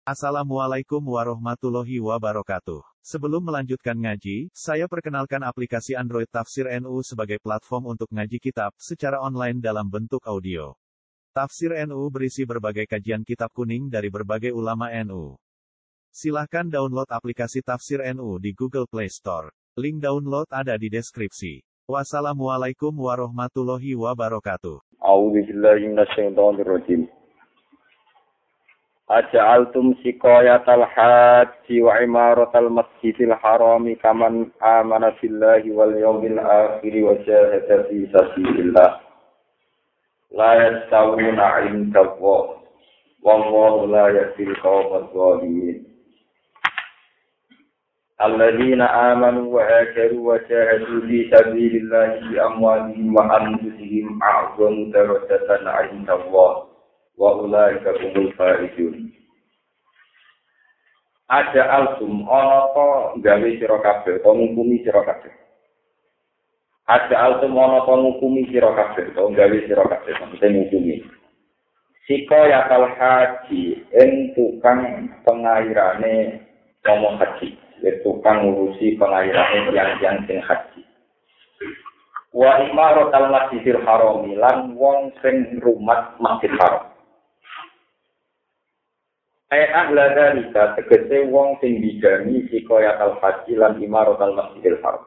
Assalamualaikum warahmatullahi wabarakatuh. Sebelum melanjutkan ngaji, saya perkenalkan aplikasi Android Tafsir NU sebagai platform untuk ngaji kitab secara online dalam bentuk audio. Tafsir NU berisi berbagai kajian kitab kuning dari berbagai ulama NU. Silahkan download aplikasi Tafsir NU di Google Play Store. Link download ada di deskripsi. Wassalamualaikum warahmatullahi wabarakatuh. A'udzu billahi minasyaitonir rajim. Aja'altum siqayatal haji wa imaratal masjidil harami kaman amana billahi wal yawmil akhir wa jahada fi sabilillah. La yastawuna 'indallah wallahu la yahdil qawmal zalimin. Alladzina amanu wa hajaru wa jahadu fi sabilillahi bi amwalihim wa anfusihim a'zamu darajatan 'indallah. Wa ulaika humul faizun. Ada alsum ana to gawe sira kabeh, to ngukumi sira kabeh. Ada alsum ana to ngukumi sira kabeh, to gawe sira kabeh, maksudnya ngukumi. Sika yakal haji ing tukang pengairane ngomong haji, tukang ngurusi pengairane tiyang-tiyang sing haji. Wa imaratal masjidil harami lan wong sing rumat Masjid Haram. Ahla dzalika tegese wong sing bidani sikoyatal haji lan imaratal masjidil haram.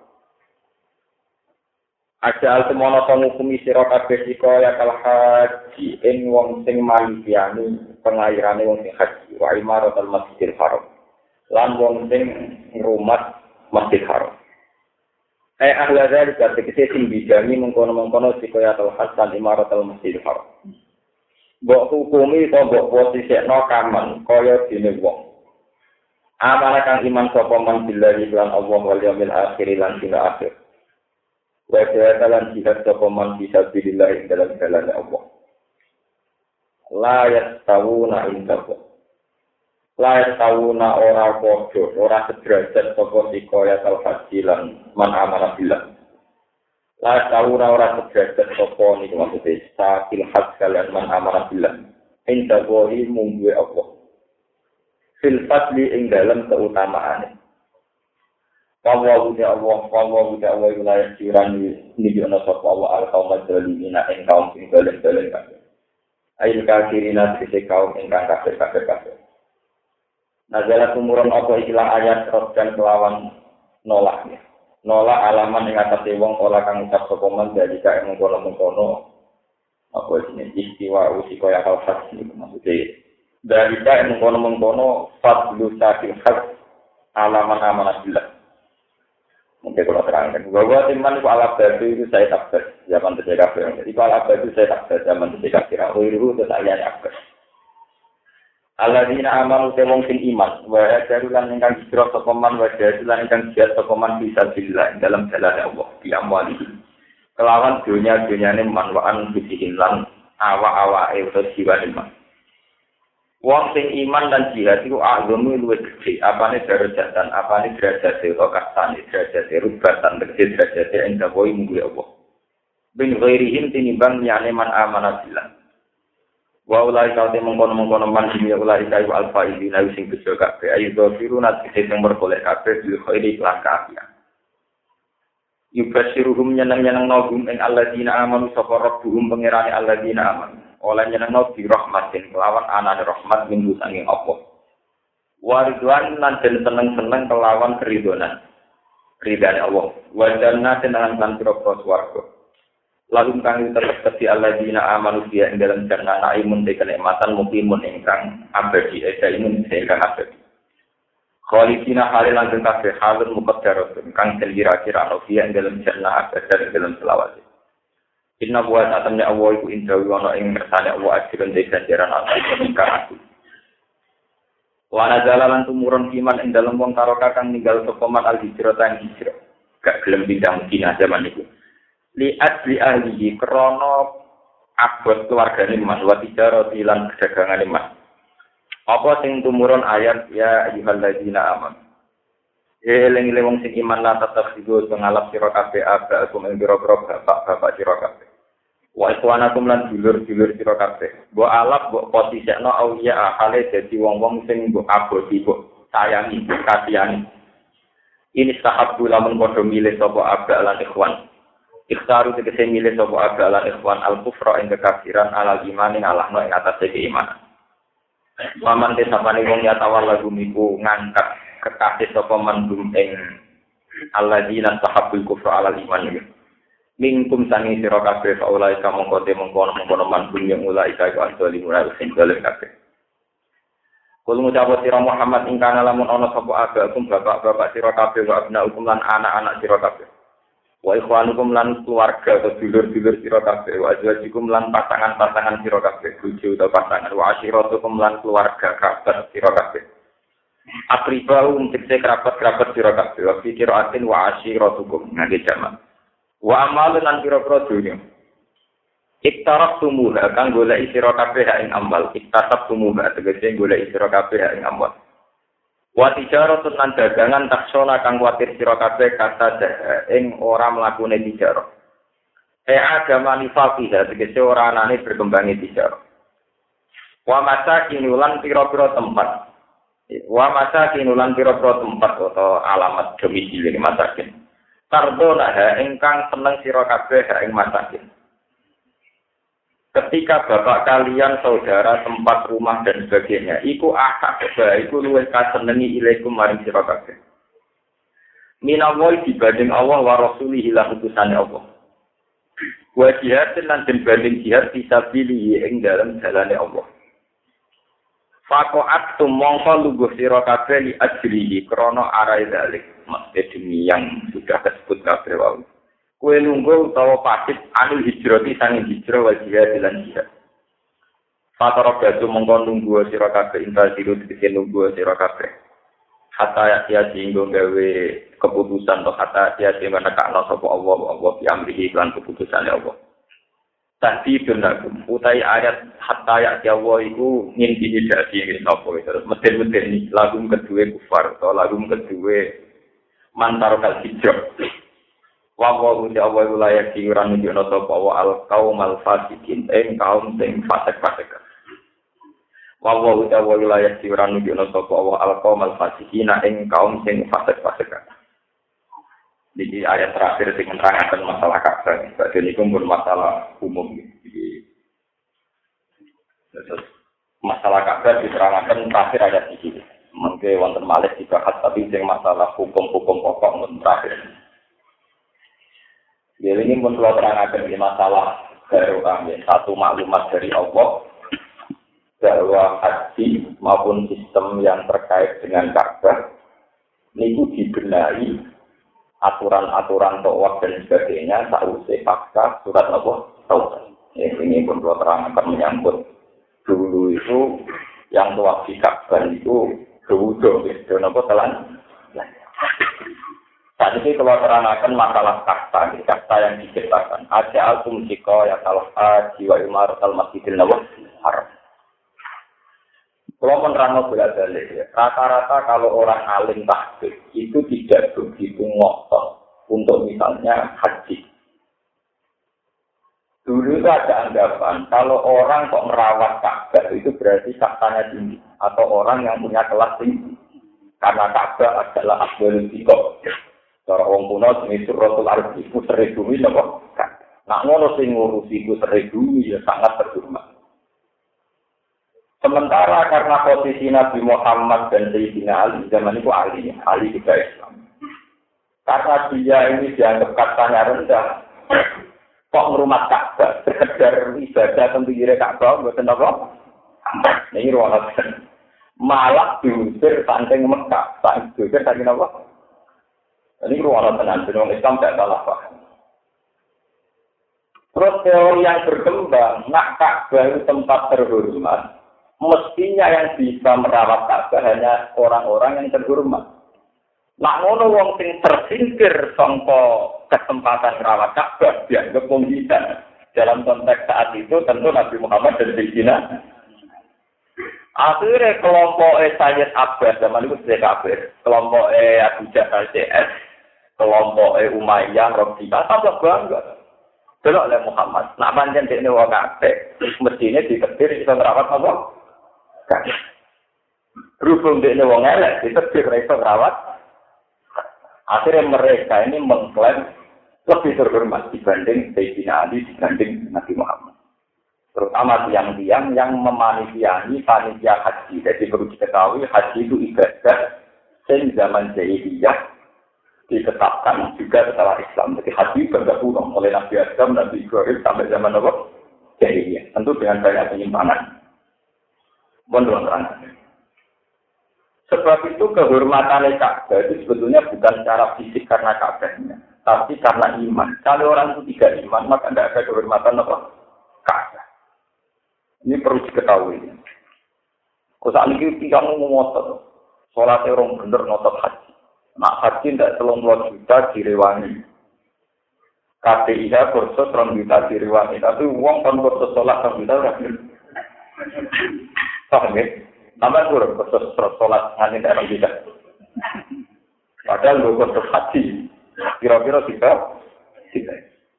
Ajal semono ngukumi sira kabeh sikoyatal haji ing wong sing maliani pengairane wong sing haji wa imaratal masjidil haram. Lan wong sing ngrumat Masjid Haram. Ahla dzalika tegese sing bidani mengkono-mengkono sikoyatal haji lan imaratal masjidil haram. Mbok hukumi to mbok posisekno kaman kaya dene wong. Amane kang iman sapa man billahi lan Allah wal yaumil akhir lan dina akhir. Wa ta'ala jihad sapa man fisabilillah ing dalam jalan Allah. La yastawuna indallah. La yastawuna ora padha, ora sederajat sapa sikaya haji lan man amana billah. La tauna ora sederajat sapa niku maksude sakil hak kalian man amara billah inda wahi mungguwe Allah fil fadli ing dalam keutamaane wallahu ta'ala wilayah siran niki ana sapa Allah al kaum zalimina ing kaum sing dolen-dolen kabeh ail kafirina sing kaum ingkang kafir. Nazala tumurun apa ikilah ayat dan kelawan nolaknya. Nolak alaman yang atas wong olah kang ucap sokoman dari kaya mengkono apa ini istiwa usiko yang kalfas ini maksudnya dari kaya mengkono fadlu sakil hak alaman amanah mungkin kalau terangkan bahwa teman itu alat batu itu saya takbir zaman TKP itu alat batu saya takbir zaman TKP itu saya takbir. Alladzina amanu wong sing iman wa hajarulan ingkang hijrah sapa man wa hajarulan ingkang jihad sapa man fisabilillah dalam jalan Allah di amwali kelawan dunya-dunyane man wa anfusihin lan awak-awake utawa jiwane man. Wong sing iman dan jihad iku agama luwih gedhe apane darajatan apane derajate utawa kastane derajate rubatan derajate ing dawuh munggu Allah bin ghairihim tinimbang liyane man amana billah. Wa ulai kaute mengkono-mengkono man ya ulai kayu alfa ini nawi sing bejo kabeh ayu dofiruna sing berkolek kabeh bil khairi lan kaafian. Yubashiruhum nyeneng-nyeneng nogum ing alladzina amanu sapa rabbuhum pangerane alladzina amanu. Oleh nyenengno bi rahmatin kelawan anane rahmat minggu sanging Allah. Wa ridwan lan seneng-seneng kelawan keridhonan. Ridane Allah. Wa jannatin lan pira-pira swarga. Lalu kang terpeti alladzina amanu dia ing dalam jannah naimun de kenikmatan mukimun ingkang abadi imun ingkang abadi. Khalidina halil langgeng kabeh halun muqaddaratun kang kira-kira ana dia ing dalam jannah abadi dalam selawase. Inna wa ta'ala Allah iku indah ana ing kersane Allah ajrun de ganjaran ati ingkang aku. Wa nazala lan tumurun iman ing dalem wong karo kakang ninggal sapa man al-hijrah tan hijrah. Gak gelem pindah Madinah zaman iku. Liat li ahlihi krono abot keluargane mas wa tijarah lan kedagangane mas. Apa sing tumurun ayat ya ayyuhalladzina amanu. Eling-eling wong sing iman lan tetep iku ngalap sira kabeh aba ing biro-biro bapak-bapak sira kabeh. Wa ikhwanakum lan dulur-dulur sira kabeh. Mbok alap mbok posisekno auliya akale dadi wong-wong sing mbok aboti mbok sayangi, mbok kasihani. Ini sahabu lamun padha milih sapa abda lan ikhwan. Ikhtaru tegese milih sapa abda lan ikhwan al-kufra ing kekafiran alal iman ing alahno ing atase keimanan. Paman te sapane wong ya tawallahu miku ngangkat kekasih sapa mandum ing alladzina sahabul kufra alal iman. Mingkum sangi sira kabeh faulai kamu kote mengkono mandum yang mulai iku asli mulai sing dalem kabeh. Kul ngucap sira Muhammad ing kana lamun ana sapa agakum bapak-bapak sira kabeh wa abnaukum lan anak-anak sira kabeh. Wa ikhwanukum lan keluarga atau dulur-dulur sira kabeh wa azwajikum lan pasangan-pasangan sira kabeh bojo utawa pasangan wa asyiratukum lan keluarga kerabat sira kabeh. Akribau tegese kerabat-kerabat sira kabeh wa fikiratin wa asyiratukum ngene jamak. Wa amalun lan pira-pira dunya. Iktaraf tumuha kang golek sira kabeh ing amal. Iktasab tumuha tegese golek sira kabeh ing amal. Wa tijaratun lan dagangan taksona kang kuwatir sira kabeh kata ing ora mlakune tijarah. Agama nifaqih tegese ora anane berkembange tijarah. Wa masakin lan pira-pira tempat. Wa masakin lan pira-pira tempat atau alamat domisili masakin. Tardona ingkang seneng sira kabeh ing masakin. Ketika bapak kalian, saudara, tempat rumah dan sebagainya, iku akak bae iku luwih kasenengi ilaikum maring sira kabeh. Minallahi dibanding Allah wa rasulihi lan utusane Allah. Wa jihad lan dibanding jihad fisabilihi ing dalem dalane Allah. Faqat tumongko lungguh sira kabeh li ajrihi krana arae dalik. Maksud demi yang sudah disebut kabeh wae. Kue lungguh utawa pasif anil hijrati sanging hijrah wal jihad lan jihad. Fatara batu mongko lungguh sira kabeh intasiru dikene lungguh sira kabeh. Hatta ya singgo gawe keputusan atau hatta ya sing menekakno sapa Allah diamrihi lan keputusane Allah. Tadi benar utai ayat hatta ya Allah iku ngintimidasi sapa terus meten-meten iki lagu kedua kufar atau lagu kedua mantar kal hijrah. Wa wa uti Allah wilayah kiran nunjukno sapa wa al qaumal fasikin ing kaum sing fasik-fasik. Wa wa uti Allah wilayah kiran nunjukno sapa wa al qaumal fasikin ing kaum sing fasik-fasik. Jadi ayat terakhir sing menerangkan masalah Ka'bah. Berarti ini pun masalah umum. Jadi masalah Ka'bah diterangkan terakhir ayat ini. Mungkin wonten malih dibahas tapi sing masalah hukum-hukum pokok mun terakhir. Jadi ini pun kalau terangkan di masalah baru satu maklumat dari Allah bahwa haji maupun sistem yang terkait dengan Ka'bah ini dibenahi aturan-aturan tawaf dan sebagainya sausai pasca surat Allah tawaf. Ini pun kalau terangkan menyangkut dulu itu yang tawaf di Ka'bah itu dulu itu apa telan. Saat ini kalau terangkan masalah kasta yang diciptakan. Ada altum jika ya salah jiwa imarat al-masjidil haram. Kalau menerangkan bolak-balik ya, rata-rata kalau orang alim tahqiq itu tidak begitu ngotot untuk misalnya haji. Dulu itu ada anggapan kalau orang kok merawat Ka'bah itu berarti saktanya tinggi atau orang yang punya kelas tinggi. Karena Ka'bah adalah afdhalul ibadah. Cara wong kuno jenis Rasul Arab itu seribu napa? Nak ngono sing ngurusi iku seribu ya sangat terhormat. Sementara karena posisi Nabi Muhammad dan Sayyidina Ali zaman itu Ali juga Islam. Karena dia ini dianggap kastanya rendah, kok merumat Ka'bah, sekedar ibadah tenggiri Ka'bah, bukan apa? Ini ruangan. Malah diusir saking Mekah, diusir saking apa? Ini ruangan tenan, orang Islam tidak salah paham. Terus teori yang berkembang, nak Ka'bah itu tempat terhormat, mestinya yang bisa merawat Ka'bah hanya orang-orang yang terhormat. Nak ngono wong sing tersingkir sangka kesempatan merawat Ka'bah dianggap wong bisa. Dalam konteks saat itu tentu Nabi Muhammad dan Sayyidina. Akhirnya kelompok Sayyid Abbas zaman itu sudah kafir. Kelompok Abu Jahal CS, kelompok Umayyah, Rabi'ah, tambah bangga. Delok le Muhammad, nak pancen dekne wong kabeh, mestine ditetir iso ngrawat apa? Kabeh. Berhubung dekne wong elek, ditetir iso ngrawat. Akhirnya mereka ini mengklaim lebih terhormat dibanding Sayyidina Ali, dibanding Nabi Muhammad. Terutama tiang-tiang yang memanitiani panitia haji. Jadi perlu diketahui haji itu ibadah yang zaman jahiliyah ditetapkan juga setelah Islam. Jadi haji bergabung oleh Nabi Adam, Nabi Ibrahim sampai zaman apa? Jahiliyah. Tentu dengan banyak penyimpangan. Mohon terang. Sebab itu kehormatan Ka'bah itu sebetulnya bukan secara fisik karena Ka'bahnya, tapi karena iman. Kalau orang itu tidak iman, maka tidak ada kehormatan apa? Ka'bah. Ini perlu diketahui. Kau saat ini tiga ngotot, sholat orang bener ngotot haji. Nah haji tidak 30 juta direwangi. KPIH kursus 2 juta direwangi. Tapi uang kan kursus sholat 2 juta berarti. Paham ya? Tambah kurang kursus sholat nanti tidak 2 juta. Padahal lu kursus haji. Kira-kira 3.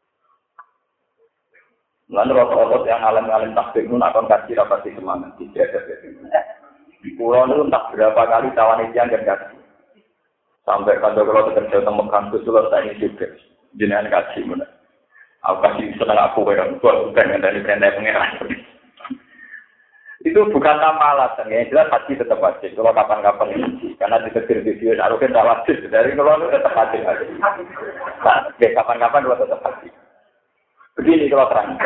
Lalu rokok-rokok yang alim-alim takbir itu akan kasih rapati semangat. Tidak ada. Pulau itu entah berapa kali tawan itu yang kasih. Sampai kalau kerja temu kampus sudah saya ini juga jenengan kasih mana. Aku kasih senang aku yang buat bukan dari perintah pengeran. Itu bukan tanpa alasan ya, jelas haji tetap wajib. Kalau kapan-kapan ini, karena ditetir video, harusnya tidak wajib. Dari kalau itu tetap wajib. Nah, kapan-kapan juga tetap wajib. Begini kalau terang.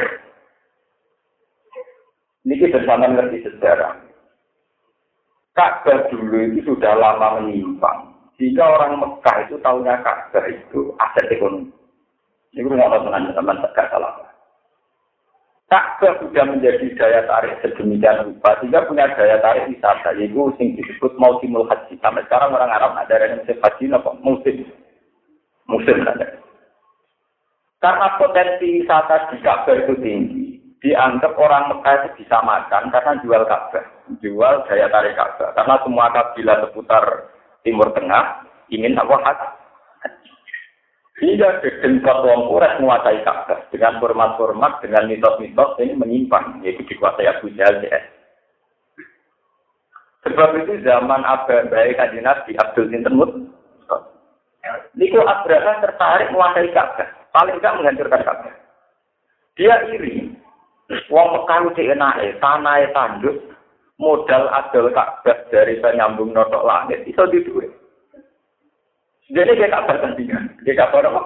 Ini bersama ngerti sejarah. Ka'bah dulu itu sudah lama menyimpang. Jika orang Mekah itu tahunya Ka'bah itu aset ekonomi. Ini nggak tahu teman-teman tegak salah. Ka'bah sudah menjadi daya tarik sedemikian rupa, sehingga punya daya tarik wisata, yaitu yang disebut mausimul haji. Sampai sekarang orang Arab ada yang musim haji, apa? Musim ada. Karena potensi wisata di Ka'bah itu tinggi, dianggap orang Mekah itu bisa makan karena jual Ka'bah, jual daya tarik Ka'bah. Karena semua kabilah seputar Timur Tengah ingin apa haji. Sehingga gedengkot wong Quraisy menguasai Ka'bah dengan format-format, dengan mitos-mitos yang menyimpang, yaitu dikuasai Abu Jahal CS. Sebab itu zaman baik Kanjeng Nabi Abdul Sinten niku Abraha tertarik menguasai Ka'bah, paling enggak menghancurkan Ka'bah. Dia iri. Wong Mekah iki enake, tanahe tanduk, modal adol Ka'bah dari penyambung notok langit iso diduwe. Jadi dia kabar tandingan, dia kabar apa?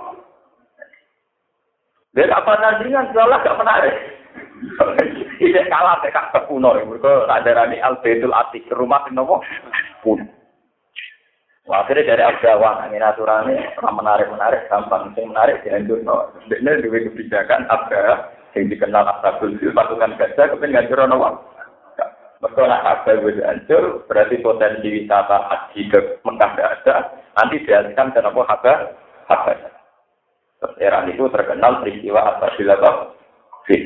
Dia kabar tandingan, soalnya gak menarik. Dia kalah dekat ke kuno, mereka radarani Al-Baitul Atiq, rumah di nopo kuno. Akhirnya dari Abdawan, ini aturannya menarik, gampang. Yang menarik dihancur. Ini dua kebijakan Abda yang dikenal Ashabul Fil, pasukan gajah, kemudian hancur nopo. Mereka nak Abda hancur, berarti potensi wisata haji ke Mekah tidak ada. Nanti dihasilkan kenapa Habah. Terus era itu terkenal peristiwa Ashabul Fil.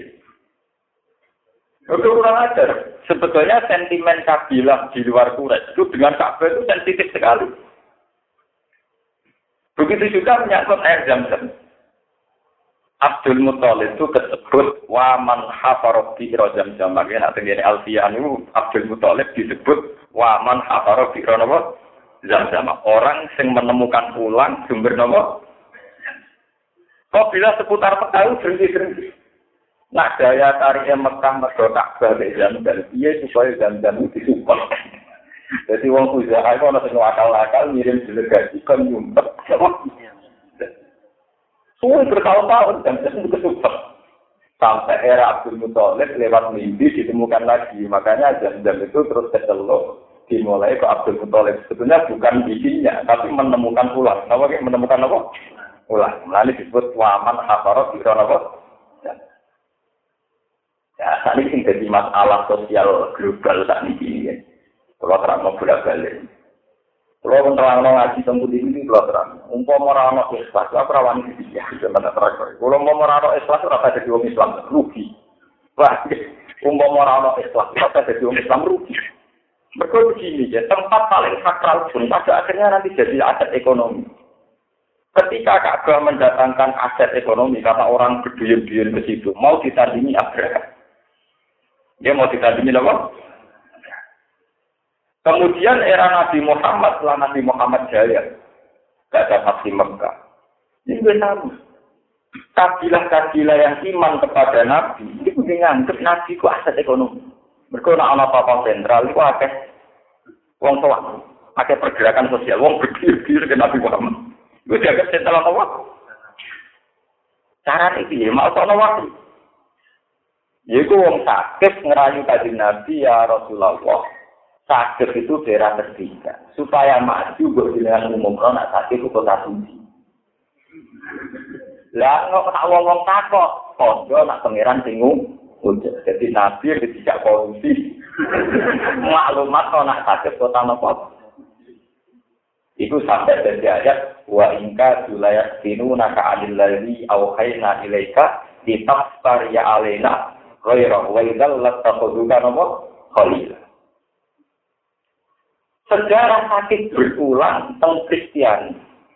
Itu kurang ajar. Sebetulnya sentimen kabilah di luar Quraisy itu dengan Ka'bah itu sensitif sekali. Begitu juga menyangkut air Zam-Zam. Abdul Muthalib itu disebut waman hafaroh bi Zam-Zam. Makanya nanti Alfian itu Abdul Muthalib disebut waman hafaroh bi Zam-Zam. Orang yang menemukan ulang sumber nopo. Kok bila seputar Mekah berhenti. Nah daya tariknya Mekah mergo Ka'bah be Zam-Zam. Iya supaya Zam-Zam itu disupport. Jadi wong usaha itu ana sing akal-akal ngirim delegasi kan nyumpet. Suwe bertahun-tahun Zam-Zam itu kesupport. Sampai era Abdul Muthalib lewat mimpi ditemukan lagi. Makanya Zam-Zam itu terus kecelok. Dimulai ke Abdul Muthalib. Sebetulnya bukan bikinnya, tapi menemukan ulang. Kenapa menemukan apa? Ulang. Lalu disebut waman hafarot di apa? Ya, saat ini jadi masalah sosial global saat ini. Kalau terang mau bolak-balik. Kalau terang ngaji tentang ini, kalau terang. Umpama orang ikhlas, apa rawan ini? Ya, sudah terakhir. Kalau mau orang ikhlas, apa jadi orang Islam rugi? Wah, umpama orang ikhlas, apa jadi orang Islam rugi? Mereka begini ya, tempat paling sakral pun pada akhirnya nanti jadi aset ekonomi. Ketika Ka'bah mendatangkan aset ekonomi karena orang berduyun-duyun ke situ, mau ditandingi Abraham. Dia mau ditandingi apa? Kemudian era Nabi Muhammad, setelah Nabi Muhammad jaya, gak ada Fatih Mekah. Ini benar. Kabilah-kabilah yang iman kepada Nabi, itu menganggap Nabi itu aset ekonomi. Mereka nak apa-apa sentral, itu akeh wong tua, akeh pergerakan sosial, wong berdiri-diri ke Nabi Muhammad. Itu dianggap sentral apa? Cara ini, mau soal waktu. Yaitu wong sakit ngerayu kajian Nabi, ya Rasulullah. Sakit itu daerah ketiga. Supaya maju, buat dengan umum, kalau nak sakit itu kota suci. Lah kok tak wong takok, kondo nak pangeran singgung. Jadi Nabi tidak korupsi. Maklumat kok nak sakit kota napa? Itu sampai dari ayat wa inka julayat sinu naka alillahi auhayna ilaika ditafsir ya alaina ghaira wa idzal lataquduka napa khalil. Sejarah sakit berulang tentang Kristiani.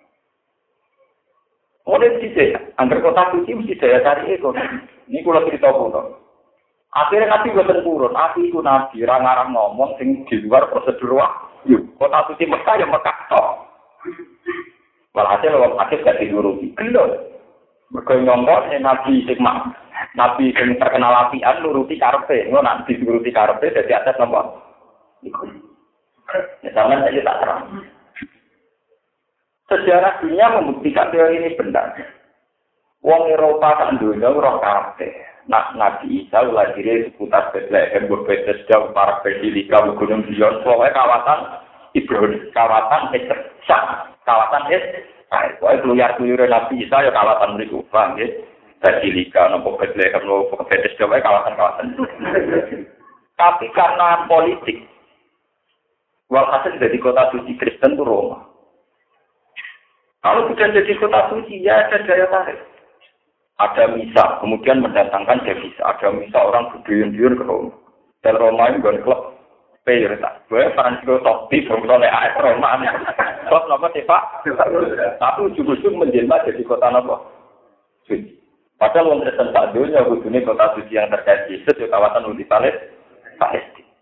Mulai sih, angker kota suci mesti daya tarik ekonomi. Ini kalau cerita pun. Akhirnya Nabi buatan turun, Nabi itu Nabi, orang-orang ngomong sing di luar prosedur wahyu. Kota suci Mekah ya Mekah toh. Walhasil orang sakit gak diuruti. Gendol. Mereka nyongkok Nabi Sigma. Nabi yang terkenal apian nuruti karpe. Nggak nanti diuruti karpe dari atas nomor. Ya sama saja tak terang. Sejarah dunia membuktikan teori ini benar. Wong Eropa kan dunia roh kabeh. Nak Nabi Isa lahirnya seputar Bethlehem, Bethesda, para Basilika, Gunung Zion, pokoknya kawasan Ibrahim, kawasan Israel, kawasan Israel. Pokoknya keluyar-keluyur Nabi Isa ya kawasan mereka, paham ya? Basilika, nopo Bethlehem, nopo Bethesda, pokoknya kawasan-kawasan. Tapi karena politik, walhasil jadi kota suci Kristen itu Roma. Kalau sudah jadi kota suci, ya ada daya tarik. Ada misa, kemudian mendatangkan devisa. Ada misa orang berduyun-duyun ke Roma. Dan Roma itu bukan klub prioritas. Gue Francisco Totti, oleh AS Roma. Klub apa sih Pak? Tapi ujung-ujung menjelma jadi kota apa? Suci. Padahal orang Kristen tak dunia, ujungnya kota suci yang terkait Yesus di kawasan Udi Palestina.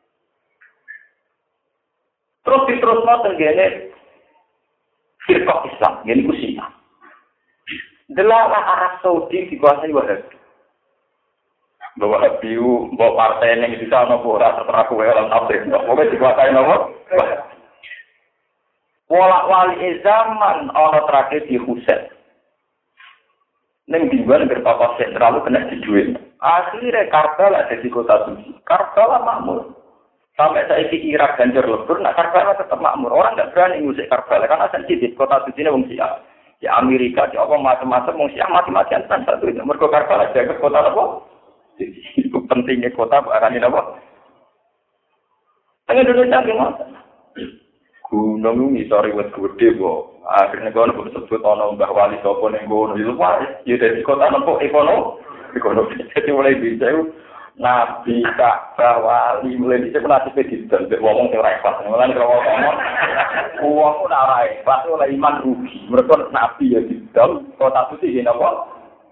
Terus diteruskan tenggene firqah Islam, ini Syiah. Delalah Arab Saudi dikuasai Wahabi. Wahabi bawa partai yang bisa nopo ora tertera kowe lan tafsir. Pokoke dikuasai nopo? Wali zaman ana tragedi Husain. Ning diwan berpapa sentral kena dijual. Akhirnya Karbala jadi kota suci. Karbala makmur. Sampai saiki Irak hancur lebur, nak Karbala tetap makmur. Orang tidak berani ngusik Karbala karena sensitif. Kota suci ini wong Syiah. Di Amerika, di apa macam-macam wong Syiah mati-matian kan satu itu. Mergo Karbala jaga kota apa? Itu pentingnya kota arane apa? Tengah Indonesia gimana? Gunung ngisor wis gede kok. Akhirnya kono disebut ana Mbah Wali sapa ning kono. Itu wae ya dari kota nopo ekonomi. Jadi mulai bisa Nabi Ka'bah Wali mulai dicek nasibnya didel, ngomong sing ora ikhlas. Mulane kalau ngomong uang ora ora ikhlas oleh iman rugi. Mereka Nabi ya didel, kota suci ya napa?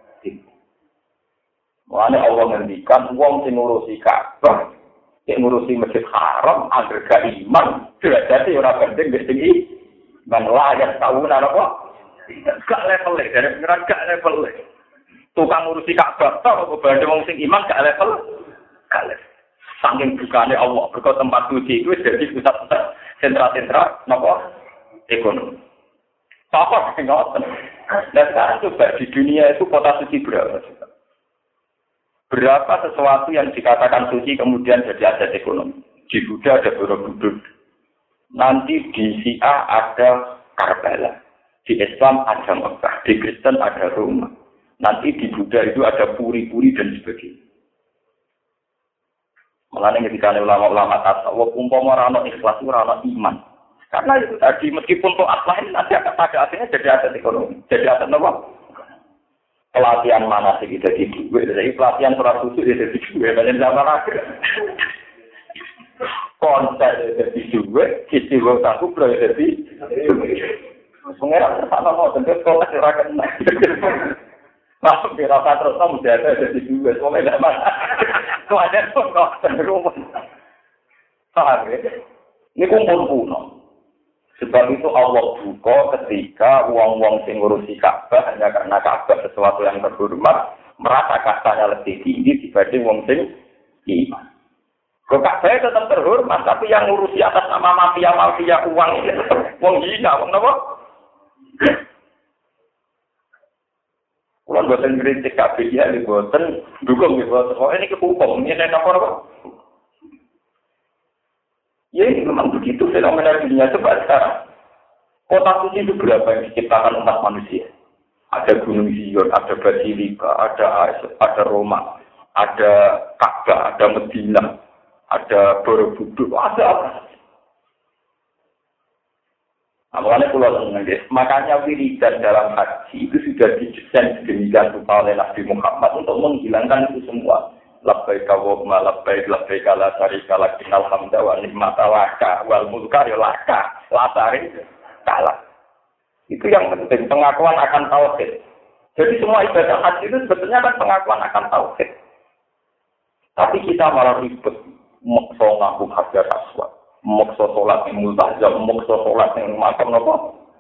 Mulane Allah ngendikan wong sing ngurusi Ka'bah, sing ngurusi Masjid Haram, agar gak iman, derajate ora penting wis tinggi. Bang layak tahu napa? Gak level dari pengiran gak level. Tukang ngurusi Ka'bah tok kok bandhe wong sing iman gak level. Gak saking bukane Allah berkah tempat suci itu jadi pusat-pusat sentra-sentra napa ekonomi. Apa sing ngoten. Dan sekarang coba di dunia itu kota suci berapa? Berapa sesuatu yang dikatakan suci kemudian jadi aset ekonomi? Di Buddha ada Borobudur. Nanti di Syiah ada Karbala. Di Islam ada Mekah. Di Kristen ada Roma. Nanti di Buddha itu ada puri-puri dan sebagainya. Mulane ketika ulama-ulama tasawuf umpama ora ana ikhlas ora ana iman. Karena itu tadi meskipun to aslahin nanti pada akhirnya jadi aset ekonomi. Jadi aset apa? Pelatihan mana sih kita di duit, jadi pelatihan surat susu jadi duit, dan zaman akhir. Konser jadi duit, istighfar aku jadi Pengeran tersana mau tentu sekolah ora kena. Masuk di rasa terus kamu ada jadi dua, soalnya tidak mana. Kau ada pun kau cenderung. Paham ya? Ini kumpul kuno. Sebab itu Allah buka ketika uang-uang sing ngurusi Ka'bah hanya karena Ka'bah sesuatu yang terhormat, merasa kastanya lebih tinggi dibanding wong sing iman. Kok Ka'bah tetap terhormat, tapi yang ngurusi atas nama mafia uang itu tetap wong hina, wong napa? Kalau buatan kritik Ka'bah ya, buatan dukung gitu. Oh ini kehukum, ini apa? Ya ini memang begitu fenomena dunia coba sekarang. Kota suci itu berapa yang diciptakan umat manusia? Ada Gunung Zion, ada Basilika, ada Roma, ada Ka'bah, ada Medina, ada Borobudur, ada apa? Makanya wiridan dalam haji itu sudah didesain sedemikian rupa oleh Nabi Muhammad untuk menghilangkan itu semua. Labbaik Allahumma labbaik labbaik la syarika lak innal hamda wa ni'mata laka wal mulka laka la syarika lak. Itu yang penting, pengakuan akan tauhid. Jadi semua ibadah haji itu sebetulnya kan pengakuan akan tauhid. Tapi kita malah ribet, maksa ngaku hajar aswad, maksa sholat yang multazam, maksa sholat yang macam apa?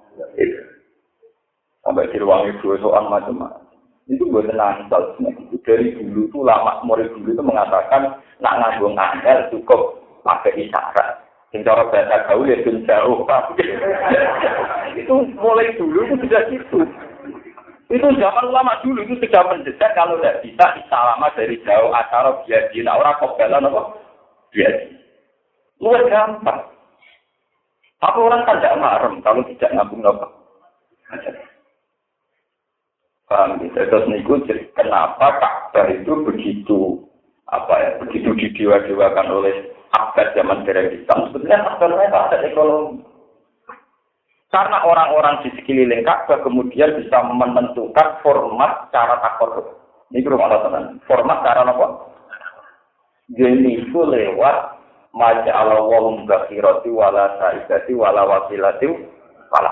Sampai di ruang itu soal macam-macam. Itu buat nansal sebenarnya. Dari dulu itu lama murid dulu itu mengatakan nak nganggo ngandel cukup pakai isyarat. Sing cara bahasa gaul ya jauh. Itu mulai dulu itu sudah gitu. Itu zaman lama dulu itu sudah mendesak kalau tidak bisa isyarat dari jauh acara biadina orang kobelan apa? Biadina. Luar gampang. Tapi orang kan tidak marem kalau tidak ngambung apa? Paham ya? Terus niku kenapa Ka'bah itu begitu begitu didewa-dewakan oleh abad zaman dereng Islam. Sebetulnya Ka'bah mereka ada ekonomi. Karena orang-orang di sekeliling Ka'bah kemudian bisa menentukan format cara takorup. Ini rumah teman. Format cara apa? Jadi itu lewat maja'allahu bakhirati wala sa'idati wala wasilati wala.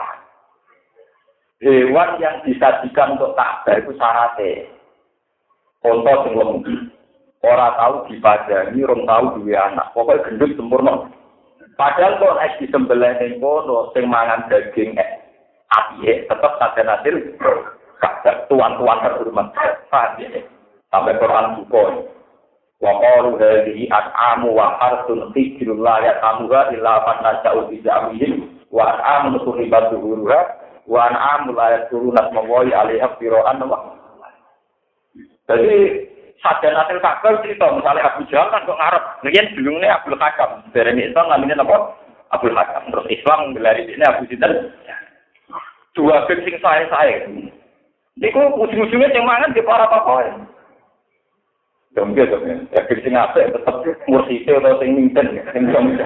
Hewan yang disajikan untuk Ka'bah itu syaratnya. Contoh yang lembu. Orang tahu dipajani, orang tahu dua anak. Pokoknya gendut sempurna. Padahal kalau es disembelih ning kono sing mangan daging api tetap saja hasil tuan-tuan terhormat. Sampai Quran buku. Wa qalu hadhihi an'amu wa harsun hijrun la ya'tamuha illa man nasha'u bi zamihim wa an'amu turribat zuhuruha wa an'amu la yasuruna mawai alaiha fira'an wa. Jadi saja hasil Ka'bah cerita, misalnya Abu Jahal kan kok ngarep, mungkin dulunya Abdul Hakam, dari Islam namanya apa? Abdul Hakam, terus Islam gelari ini Abu Sinten, dua geng sing saya. Ini kok ujung-ujungnya yang mangan di para pakai. Dong gitu kan, ya geng sing apa? Tetap mursi atau sing minten, sing dong.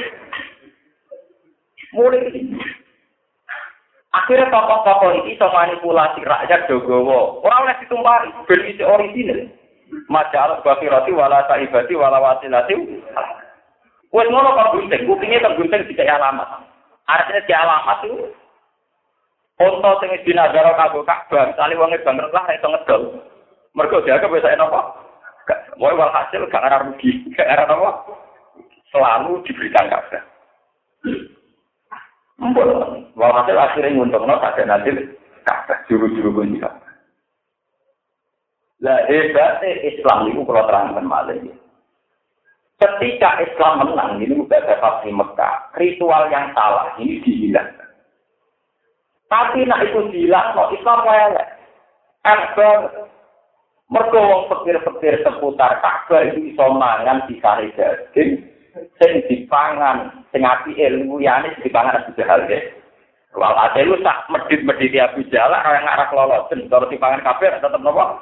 Mulai ini. Akhirnya tokoh-tokoh ini bisa manipulasi rakyat Jogowo. Orang oleh ditumpari, berisi orisinil. Majalah bakhirati wala saibati wala wasilati. Wes ngono kok gunting, kupinge tak gunting dikai alamat. Artinya di alamat itu foto sing dinazaro kanggo Ka'bah, misale wong e banget lah iso ngedol. Mergo dianggap wis enak kok. Wae walhasil gak ora rugi, gak ora apa. Selalu diberikan Ka'bah. Mbok, walhasil akhirnya nguntungno sak nanti Ka'bah juru-juru kunci. Lah hebatnya Islam itu kalau terangkan malah ya. Ketika Islam menang, ini udah dapat di Mekah, ritual yang salah ini dihilangkan. Tapi nak itu hilang, no Islam lelek. Mergo wong pikir-pikir seputar Ka'bah itu iso mangan disare daging, sing dipangan, sing api ilmu yane dipangan Abu Jahal ya. Wal ate lu sak medhit-medhit Abu Jahal ora ngarah lolosen, terus dipangan kabeh tetep napa?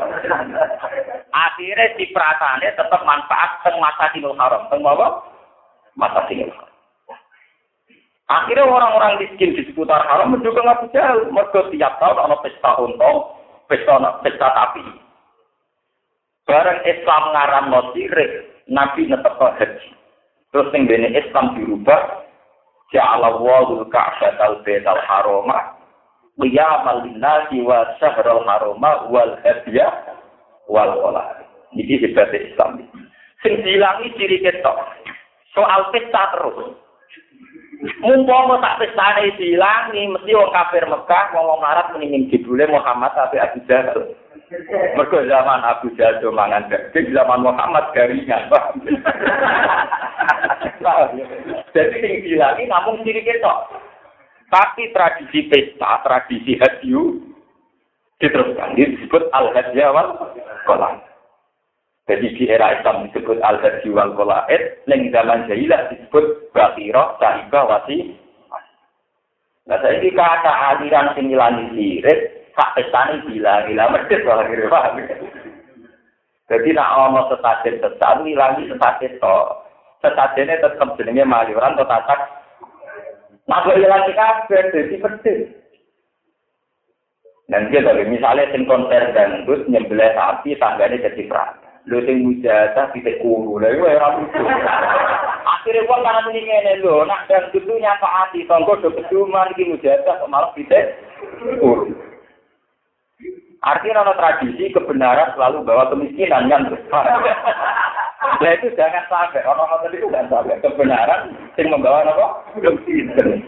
Akhire dipratane tetep manfaat teng Masjidil Haram, teng apa? Masjidil Haram. Akhirnya orang-orang miskin di seputar Haram mendukung Abu Jahal, mergo tiap tahun ana pesta unta, pesta tapi. Bareng Islam ngaramno sirik, Nabi netep haji. Terus ning dene Islam dirubah Ja'alallahu al-Ka'batal Baital Harama qiyamal linnasi wa syahrul harama wal hadya wal qala'id. Iki sebab Islam. Sing dilangi ciri ketok. Soal pesta terus. Mumpama tak pestane dilangi mesti wong kafir Mekah ngomong Arab muni jebule Muhammad tapi Abu Jahal. Mergo zaman Abu Jahal do mangan daging, zaman Muhammad garingan. Jadi sing dilangi namung ciri ketok. Tapi tradisi pesta, tradisi hadyu diteruskan disebut al-hadya wal qala'id. Jadi di era Islam disebut al-hadyu wal qala'id, ning zaman jahiliyah disebut bakhirah, sahibah, wasi. Nah, saiki kata aliran sing nilani sirik, sak pestane gila-gila medhit wae kira paham. Jadi nek ana sesajen nilani sesajen to. Sesajene tetep jenenge maliuran to tatak. Nah, kalau ilang kabeh dadi pedhit. Dan dia dari misalnya sing konser dangdut nyembelih sapi tanggane dadi perang. Lho sing mujazah pitik kuru. Lha iku ora lucu. Akhire wong kana muni ngene lho, nak dangdut ku nyapaati tangga do keduman iki mujazah kok malah pitik kuru. Artinya ada tradisi kebenaran selalu bawa kemiskinan kan. Nah itu jangan sampai orang-orang itu jangan sampai kebenaran yang membawa apa? Kemiskinan.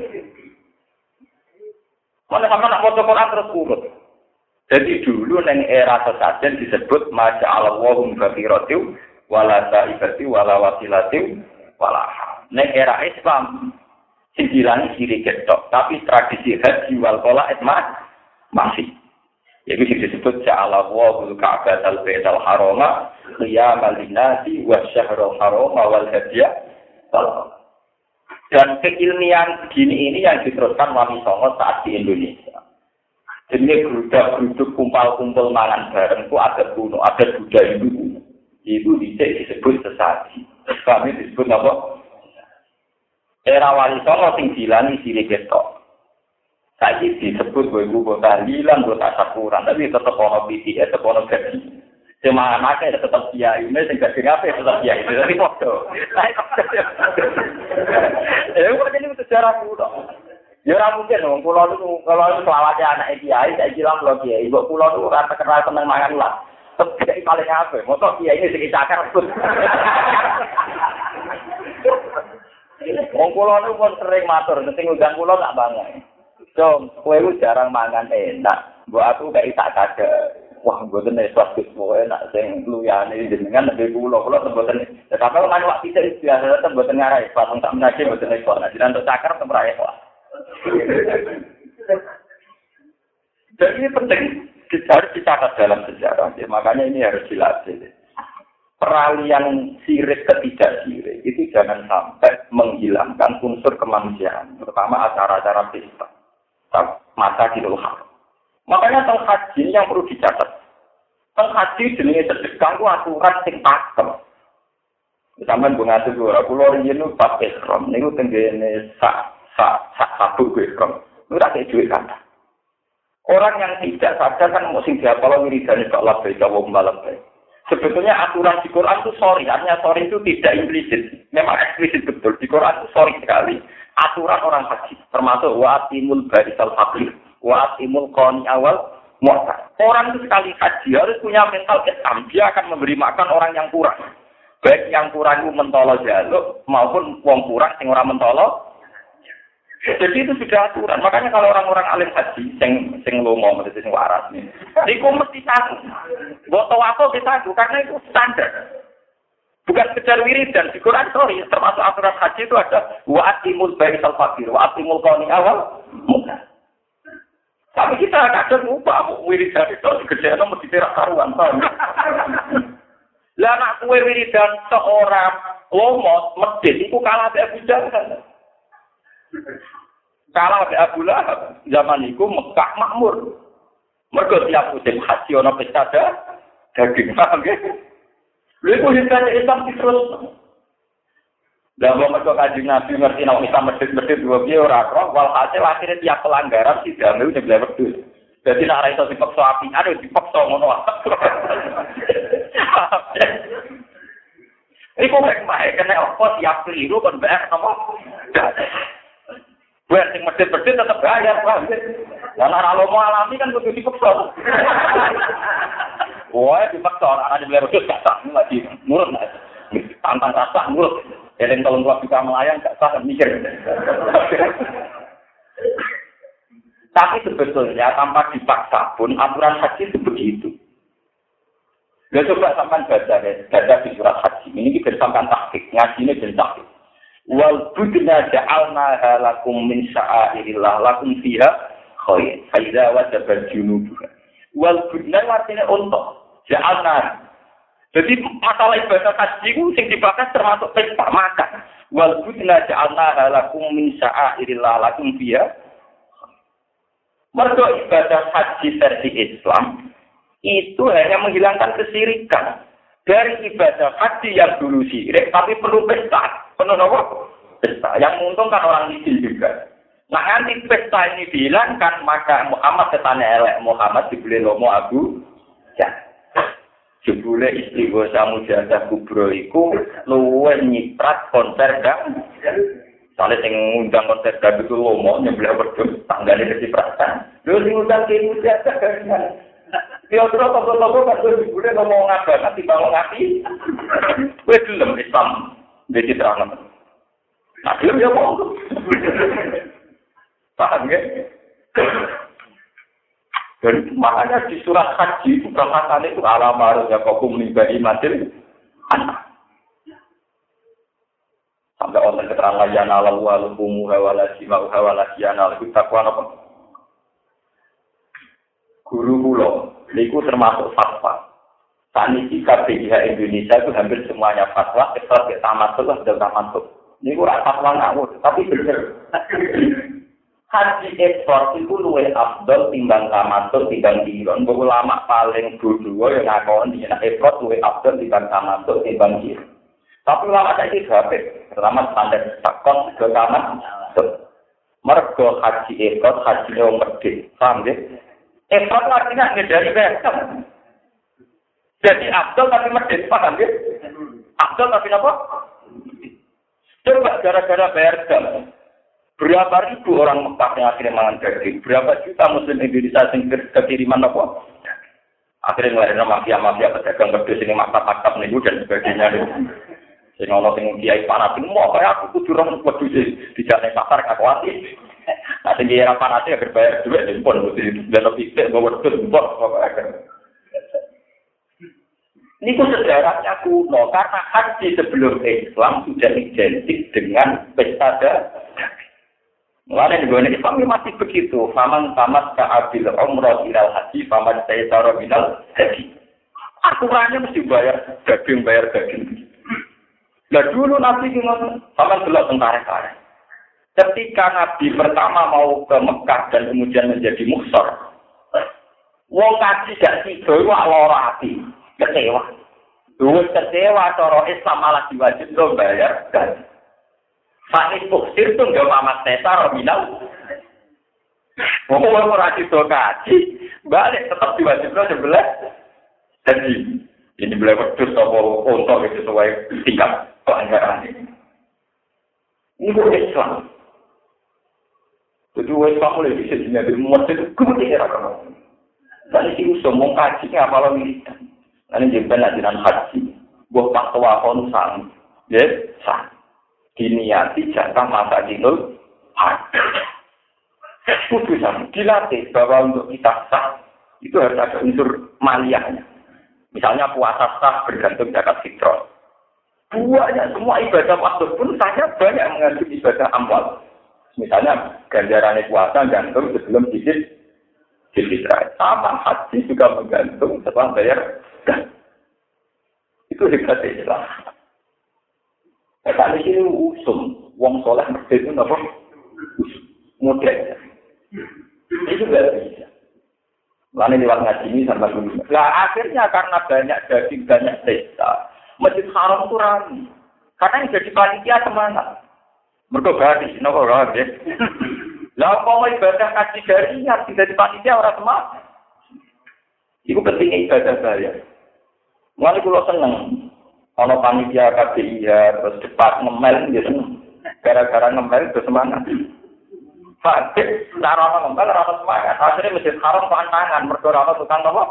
Mana sama nak foto Quran terus urut. Jadi dulu neng era sesajen disebut Masya Allah wahum gafiratiu wala ta'ibati wala wasilatiu wala. Neng era Islam dibilang ciri ketok, tapi tradisi haji wal qala'id masih. Jadi disebut Ja'alallahu al-Ka'batal Baital Harama qiyamal linnasi wa syahrul harama wal hadya. Dan keilmian gini ini yang diteruskan Wali Songo saat di Indonesia. Jadi gerudak-geruduk kumpul-kumpul mangan bareng itu ada kuno, ada budaya itu. Itu disebut sesaji. Kami disebut apa? Era Wali Songo sing dilani sirik ketok. Saiki disebut ibu kota hilang, kota sakuran, tapi tetap ono BTS, tetap ono gaji. Cuma anaknya tetap kiai, ini sing gaji ngapain tetap kiai, tapi foto. Ini sejarah kuno. Ya ora mungkin dong, pulau itu kalau selawatnya anak kiai, saya bilang pulau kiai, ibu pulau itu rasa kenal seneng mangan lah. Terus kiai paling apa? Motor kiai ini sing cakar pun. Wong pulau itu pun sering matur, nanti ngundang pulau tak bangun. So, kowe jarang mangan enak. Mbok aku gak tak kada. Wah, mboten esok kowe enak sing luyane jenengan lebih kula mboten. Tetapi kan wak pitik biasa mboten ngarai, patung tak menake mboten esok. Nek untuk cakar temrai kok. Jadi ini penting harus dicatat dalam sejarah. Makanya ini harus dilatih. Peralihan sirik ke tidak sirik itu jangan sampai menghilangkan unsur kemanusiaan, terutama acara-acara pesta. Masa di luar. Makanya tentang haji yang perlu dicatat. Tentang haji jenis sedekah itu aturan sing pakem. Misalnya bunga itu pulau ini pas ekrom, ini tenggene sak sabu ekrom. Itu tak duit kan. Orang yang tidak sadar kan mesti dia kalau wiridan kok labbaik Allahumma labbaik. Sebetulnya aturan di Quran itu artinya sorry itu tidak implisit. Memang eksplisit betul. Di Quran itu sorry sekali. Aturan orang haji, termasuk wa'atimul barisal fakir, wa'atimul qani awal mu'tar. Orang itu sekali haji harus punya mental Islam. Dia akan memberi makan orang yang kurang. Baik yang kurang itu mentolo jaluk, maupun wong kurang sing ora mentolo. Jadi itu sudah aturan. Makanya kalau orang-orang alim haji, sing lomo, mesti sing waras nih. Iku mesti satu. Mbok tawafo satu, karena itu standar. Bukan sekedar wiridan, di Quran sorry, termasuk aturan haji itu ada wa'atimul barisal fakir, wa'atimul qani awal mu'tar. Tapi kita kadang lupa wiridan itu segede mesti terak karuan. Lah nak kue wiridan seorang lomot medit itu kalah dari Abu Jahal. Kalah dari Abu Lahab. Zaman itu Mekah makmur. Mergo tiap musim haji ana pesta daging. Paham nggih? Lha iku hikmah Islam terus. Lah wong mergo Kanjeng Nabi ngerti nek Islam medhit-medhit dua piye ora kok walhasil akhirnya tiap pelanggaran sidang itu nyembelih wedhus. Dadi nek ora iso dipaksa api, aduh dipaksa ngono wae. Iku hikmah kena apa tiap keliru kon bae napa? Buat sing medhit-medhit tetep bayar, paham ya? Lah nek lomo alami kan kudu dipeksa. Wah, dipeksa ana di wedhus gak sah lagi nurut. Tantang rasa nurut. Eleng kalau gua bisa melayang gak sah mikir. Tapi sebetulnya tanpa dipaksa pun aturan haji itu begitu. Ya coba sampai baca di surat haji. Ini kita sampai taktik, ngaji ini dan taktik. Wal budna ja'alna lakum min sya'airillah lakum fiha khair. Faida wajaba junubuha. Wal budna artinya untuk ja'alna. Jadi masalah ibadah haji itu yang dibahas termasuk pesta makan. Wal budna ja'alna lakum min sya'airillah lakum fiha. Mergo ibadah haji versi Islam itu hanya menghilangkan kesyirikan. Dari ibadah haji yang dulu syirik, tapi perlu pesta. Penuh apa? Pesta. Yang menguntungkan orang miskin juga. Nah, nanti pesta ini dihilangkan, maka Muhammad ketane elek. Muhammad dibeli lomo Abu Jahal. Jebule istri gosa mujadah kubro iku luwe nyiprat konser dan soalnya yang ngundang konser dan itu lomo nyebelah berdua tanggane kecipratan. Lho sing ngundang ke mujadah kan. Dia terus toko-toko kan boleh ngomong apa nanti bangun ngapi. Kowe gelem Islam dadi terang. Nah, gelem ya mau. Paham ya? Dan makanya di surat haji itu bahasannya itu alamar ya kaum libai matil anak. Sampai orang keterangan ya nalal walumu hawalasi mau hawalasi anal kita kuan apa? Guru kula niku termasuk fatwa. Saniki KPIH Indonesia itu hampir semuanya fatwa, kecuali tamatullah dan tamatul. Niku ora fatwa ngawur, tapi bener. Haji ekspor itu luwih afdal timbang tamatul timbang diron. Ulama paling bodoh yang ngakoni nek ekspor luwih afdal timbang tamatul timbang diron. Tapi ulama saiki gawe, terutama standar takon ke tamatul. Mergo haji ekspor haji wong medhit, paham nggih? Efrat artinya ngedari berkam. Jadi Abdul tapi medit, paham ya? Abdul tapi apa? Coba gara-gara berkam. Berapa ribu orang Mekah yang akhirnya mangan daging? Berapa juta Muslim Indonesia yang kekiriman apa? Akhirnya ngelahirin mafia-mafia pedagang pedus ini maktab-maktab nih dan sebagainya. Sehingga Allah yang kiai fanatik, mau kayak aku kudu orang pedus di jalan pasar kakuati. Nah, tinggi era panasnya agar bayar duit di pon, dan lebih tidak bawa duit pon, ini ku sejarahnya kuno karena haji sebelum Islam sudah identik dengan pesta daging. Mulai di Islam masih begitu. Faman tamat ka'abil umrah ilal haji, faman sayyidara minal haji. Aturannya mesti bayar daging. Nah dulu Nabi gimana? Faman gelap tentara-tentara. Ketika Nabi pertama mau ke Mekah dan kemudian menjadi muhsor, wong kaji gak tiga itu lara hati, kecewa. Duit kecewa, cara Islam malah diwajib lo bayar gaji. Saat muksir itu nggak mamat tesa rominal. Wong ora itu kaji, balik tetap diwajib lo sebelah. Jadi ini boleh berdua atau untuk sesuai tingkat keanggaran ini. Ini bukan Islam. Jadi Islam boleh bisa jadi muat-muat kemudian apa? Dan ini usul mau kaji apa lagi? Nanti juga najiran haji, buat fatwa konsan, ya sah. Diniati jatah masa dinul haji. Putusan dilatih bahwa untuk kita sah itu harus ada unsur maliyahnya. Misalnya puasa sah bergantung zakat fitrah. Banyak semua ibadah waktu pun saya banyak mengandung ibadah amal. Misalnya ganjaran puasa gantung sebelum fitrah. Sama haji juga menggantung setelah bayar. Itu hebat Islam. Kali ini usum, wong soleh medhit itu apa? Model. Itu nggak bisa. Lalu lewat ngaji ini sampai dulu. Nah akhirnya karena banyak daging, banyak pesta, Masjid Haram itu ramai. Karena yang jadi panitia semangat. Mereka garis, nopo ya. Lah mau ibadah kaji jariah tidak di panitia orang semangat. Itu pentingnya ibadah saya. Mulai kalau seneng, kalau panitia KPIH terus cepat ngemel gitu, gara-gara ngemel itu semangat. Pak, cara ngembal ora semangat. Akhirnya Masjid Haram pantangan mergo ora tukang apa?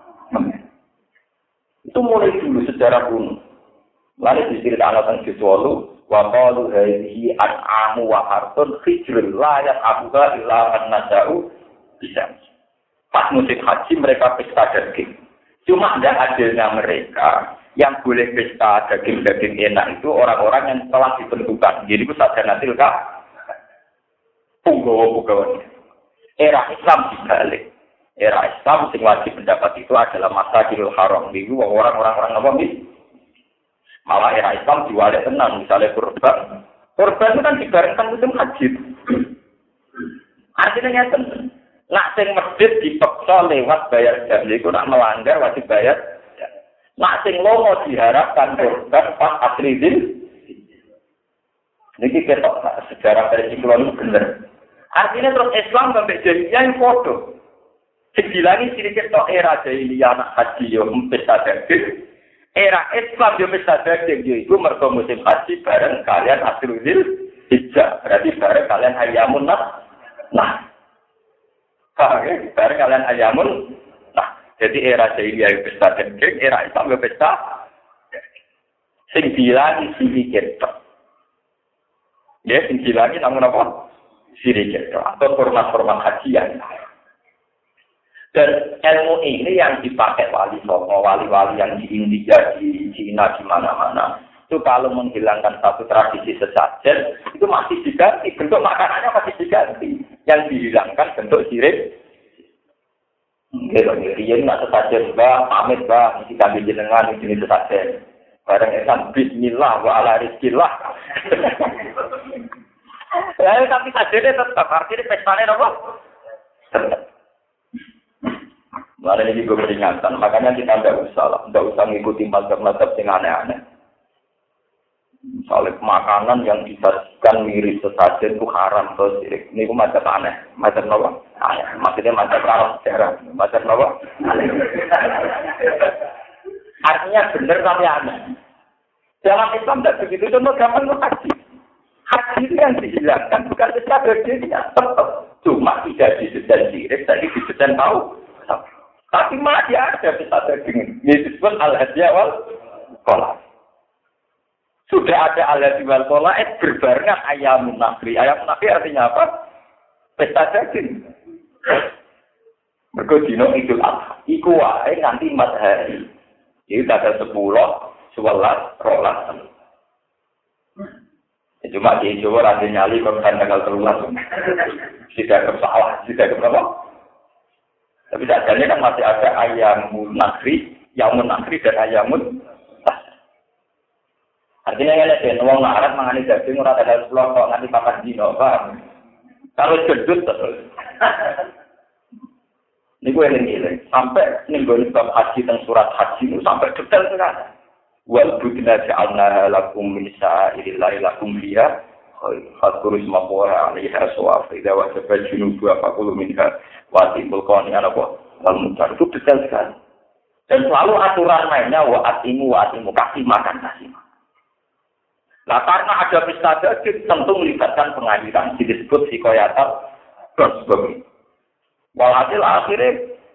Itu mulai dulu sejarah kuno. Lalu diceritakan tentang Jiswalu, wa qalu hadhihi an'amu wa hartun hijrul la ya'buha illa an-nasa'u bisa. Pas musim haji mereka pesta daging. Cuma tidak adilnya mereka yang boleh pesta daging-daging enak itu orang-orang yang telah ditentukan. Jadi itu saja nanti kak punggawa-punggawanya. Era Islam dibalik. Era Islam yang wajib pendapat itu adalah Masjidil Haram. Itu orang-orang apa nih? Malah era Islam diwalik tenang, misalnya kurban. Kurban itu kan dibarengkan musim haji. Artinya nyata. Nak sing masjid dipaksa lewat bayar jam, itu nak melanggar wajib bayar. Nak sing lomo diharapkan kurban pas asridil. Ini kita sejarah dari Sikulon benar. Artinya terus Islam sampai jadi yang foto. Segilangi sedikit tok era jahiliyah anak haji yang pesta daging. Era Islam yang pesta daging itu mergo musim haji bareng kalian asridil hijjah. Berarti bareng kalian ayamun nah. Bareng kalian ayamun. Nah, jadi era jahiliyah yang pesta daging, era Islam yang pesta. Sing dilangi sedikit tok. Ya, sing dilangi namun apa? Sedikit tok. Atau format-format hajian. Dan ilmu ini yang dipakai wali songo, wali-wali yang di India, di Cina, di mana-mana. Itu kalau menghilangkan satu tradisi sesajen, itu masih diganti. Bentuk makanannya masih diganti. Yang dihilangkan bentuk sirik. Rian nak sesajen, bah, pamit, bah, ini kami jenengan, ini sesajen. Barang Islam, bismillah, wa ala rizkillah. Tapi sajennya tetap, artinya pestanya apa? Tetap. Lalu ini juga peringatan, makanya kita tidak usah ngikuti mazhab-mazhab yang aneh-aneh. Misalnya makanan yang disajikan mirip sesajen itu haram terus ini itu mazhab aneh, mazhab apa? Aneh, maksudnya mazhab arah sejarah, mazhab apa? Aneh. Artinya benar tapi aneh. Dalam Islam tidak begitu, contoh gampang itu haji. Haji itu yang dihilangkan bukan secara dirinya, tetap cuma tidak disedan sirik, tapi disedan tahu. Tapi masih ada bisa daging. Ini disebut al-hadiah wal kolak. Sudah ada al-hadiah wal kolak, berbarengan ayamun nafri. Ayamun nafri artinya apa? Pesta daging. Mereka dino Idul Adha. Iku wae nganti 4 hari. Jadi tanggal 10, 11, 12. Cuma di Jawa ada nyali kalau tanggal 13. Tidak kesalah, tidak keberapa. Tapi seadanya kan masih ada ayamun nafri, yamun nafri dan ayamun tasrik. Artinya ya lihat, wong larat mangani daging ora ada pulau kok nganti papan dino, paham? Kalau gendut terus. Ini gue yang sampai ninggoni bab haji dan surat haji itu sampai detail sekali. Wal budina ja'alna lakum min sa'irillah lakum fiha fadkuru ismallaha 'alaiha sawaf idza wajaba junubu faqulu minha watimul qani ana apa wal mutar itu detail sekali. Dan selalu aturan mainnya wa atimu kasih makan. Nah karena ada pesta daging tentu melibatkan pengadilan disebut sikoyatat dan sebagainya. Walhasil akhirnya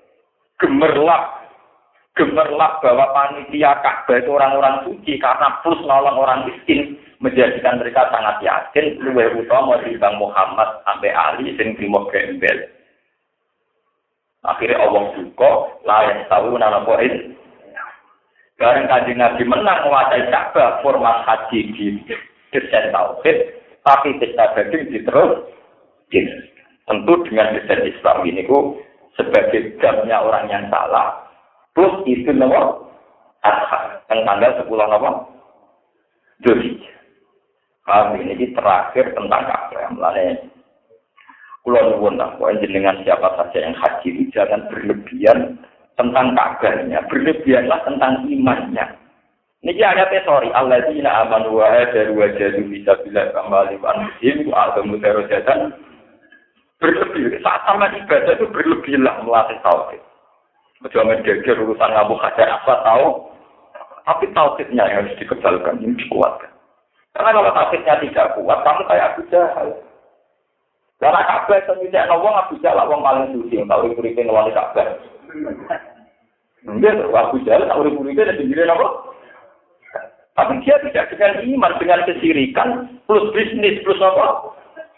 gemerlap bahwa panitia Ka'bah itu orang-orang suci karena plus nolong orang miskin menjadikan mereka sangat yakin luwih utama dibanding Muhammad sampai Ali sing trimo gembel. Akhirnya Allah suka layan tahu nama poin. Bareng Kanjeng Nabi menang menguasai Ka'bah format haji di desain tauhid, tapi pesta daging diterus. Tentu dengan desain Islam ini sebagai gamnya orang yang salah. Terus itu nomor yang tanggal 10 nomor Juli. Kami ini terakhir tentang Ka'bah. Mulanya Kulo nuwun lah, dengan siapa saja yang haji itu jangan berlebihan tentang Ka'bahnya, berlebihanlah tentang imannya. Ini ayatnya sorry, alladzina amanu wa hajaru wa jahadu fi sabilillah amwalihim wa anfusihim wa a'zamu darajatan. Berlebih, saat sama ibadah itu berlebihlah melatih tauhid. Jangan geger urusan ngabu hajar apa tahu, tapi tauhidnya yang harus dikebalkan, yang dikuatkan. Karena kalau tauhidnya tidak kuat, kamu kayak Abu Jahal. Karena Ka'bah semisal wong Abu Jahal wong paling suci, tau uripe ngeloni Ka'bah. Enggak, Abu Jahal tak uripe nek pinggire napa? Tapi dia tidak dengan iman, dengan kesirikan plus bisnis plus apa?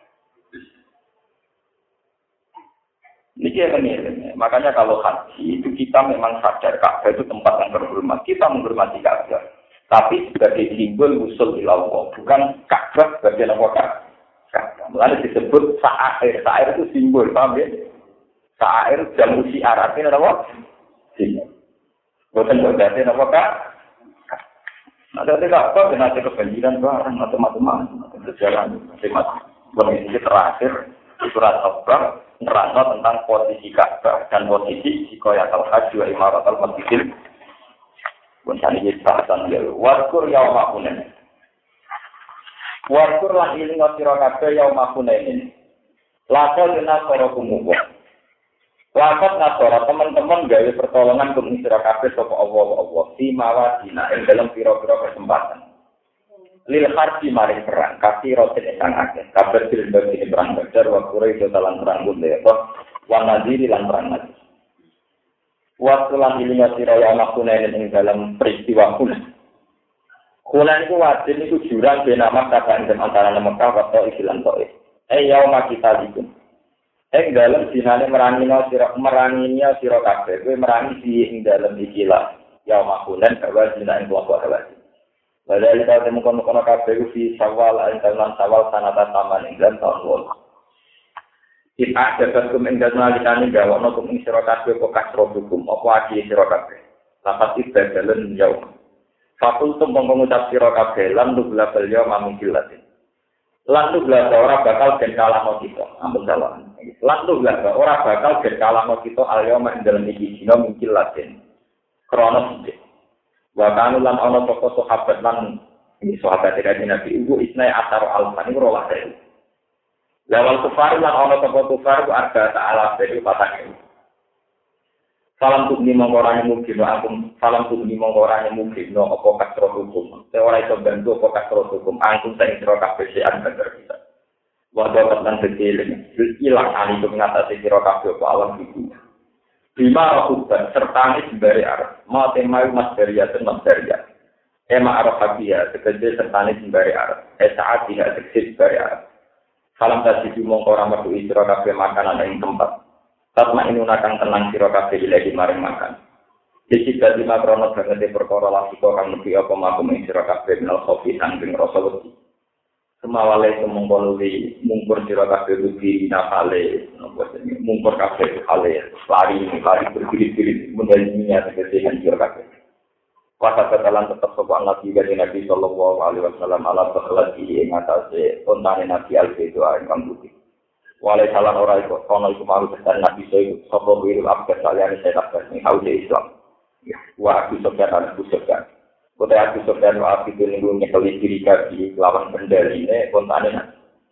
Ini yang makanya kalau haji itu kita memang sadar Ka'bah itu tempat yang terhormat. Kita menghormati Ka'bah. Tapi sebagai simbol usul ilallah, bukan Ka'bah sebagai apa Ka'bah. Mulanya disebut sa'air. Sa'air itu simbol, paham ya? Sa'air jamu syiar. Artinya apa? Simbol. Bukan berarti apa Kak? Ada Ka'bah dan ada kebanjiran barang macam-macam, berjalan macam-macam. Ini terakhir surat Al-Baqarah nerangno tentang posisi Ka'bah dan posisi Sikoyatul Haji wa Imaratul Masjidil. Pun tadi bahasan dia. Waskur yauma Hunain. Waskur lan iling sira kabeh yauma Hunain. Lakon nasara kumuwa. Lakon nasara teman-teman gawe pertolongan kum sira kabeh sapa Allah fi mawadina ing dalam pira-pira kesempatan. Lil harbi maring perang kasih rotin ingkang akeh kabar bil bagi perang Badar wa Quraisy dalam perang Badar wa Nadir lan perang Nadir wa sulan ilinga sira ya Hunain ing dalam peristiwa Hunain iku wajib iku jurang ben nama kapan antara Mekah wa Taif lan Taif yauma kita dikun ing dalam dinane meranginya sira kabeh kowe merangi di ing dalam ikilah yauma Hunain bahwa dina ing kelompok lagi. Padahal kita temukan kabeh fi Syawal lan Syawal sanata taman ing tahun wol. Kita ada kum ing dalem alikane gawono kum ing sira kabeh kok kasro hukum apa aki sira kabeh. Lapat ibadalan jauh. Fakultum mengucap sira kabeh lan nubla bal yaum mungkilatin. Lan nubla ora bakal den kalahno kita. Ampun salah. Lan nubla ora bakal den kalahno kita al yaum ing dalem iki dina mungkilatin. Kronos Wakanu lan ana toko sahabat lan ini sahabat kanjeng Nabi ibu isnai asar alfan iku rolah dari. Lawal kufar lan ana toko kufar ku arba ta'ala dari patake. Salam tugni mongkorane mungkin aku salam tugni mongkorane mungkin no apa kasro hukum. Ora iso bantu apa kasro hukum angkum sing sira kabeh sean bener kita. Wadah lan detail ilang alikum ngatasi sira kabeh apa alam iki. Bima rahuban serta isbari arah. Ma temai masdariyatun masdariyat. Ema arah habiyah segede serta isbari arah. Saat tidak seksid isbari arah. Salam kasih mongkora metu isra kabeh makanan ing tempat. Tatma inunakan tenang sira kabeh ilahi maring makan. Disi dadi makrono banget perkara lasiko kang nebi apa makum ing sira kabeh minal khofi sanging rasa wedi. Semawale semongkoli mungkur sira kabeh wedi nakale napa jenenge mungkur kabeh hale lari bergirit-girit menjalininya tegese sira kabeh. Kuasa ketalan tetap sapa Nabi Nabi sallallahu alaihi wasallam ala bakhlati ing atase ontane Nabi al-Baitu ingkang putih. Walai salah ora iku ana iku maru kesan Nabi sapa wiru abad saliyane sekat ing hauje Islam. Wa aku sokan Kota Abu Sufyan wa Abi Dulung nyekeli diri kaki lawan kendalinya kontane.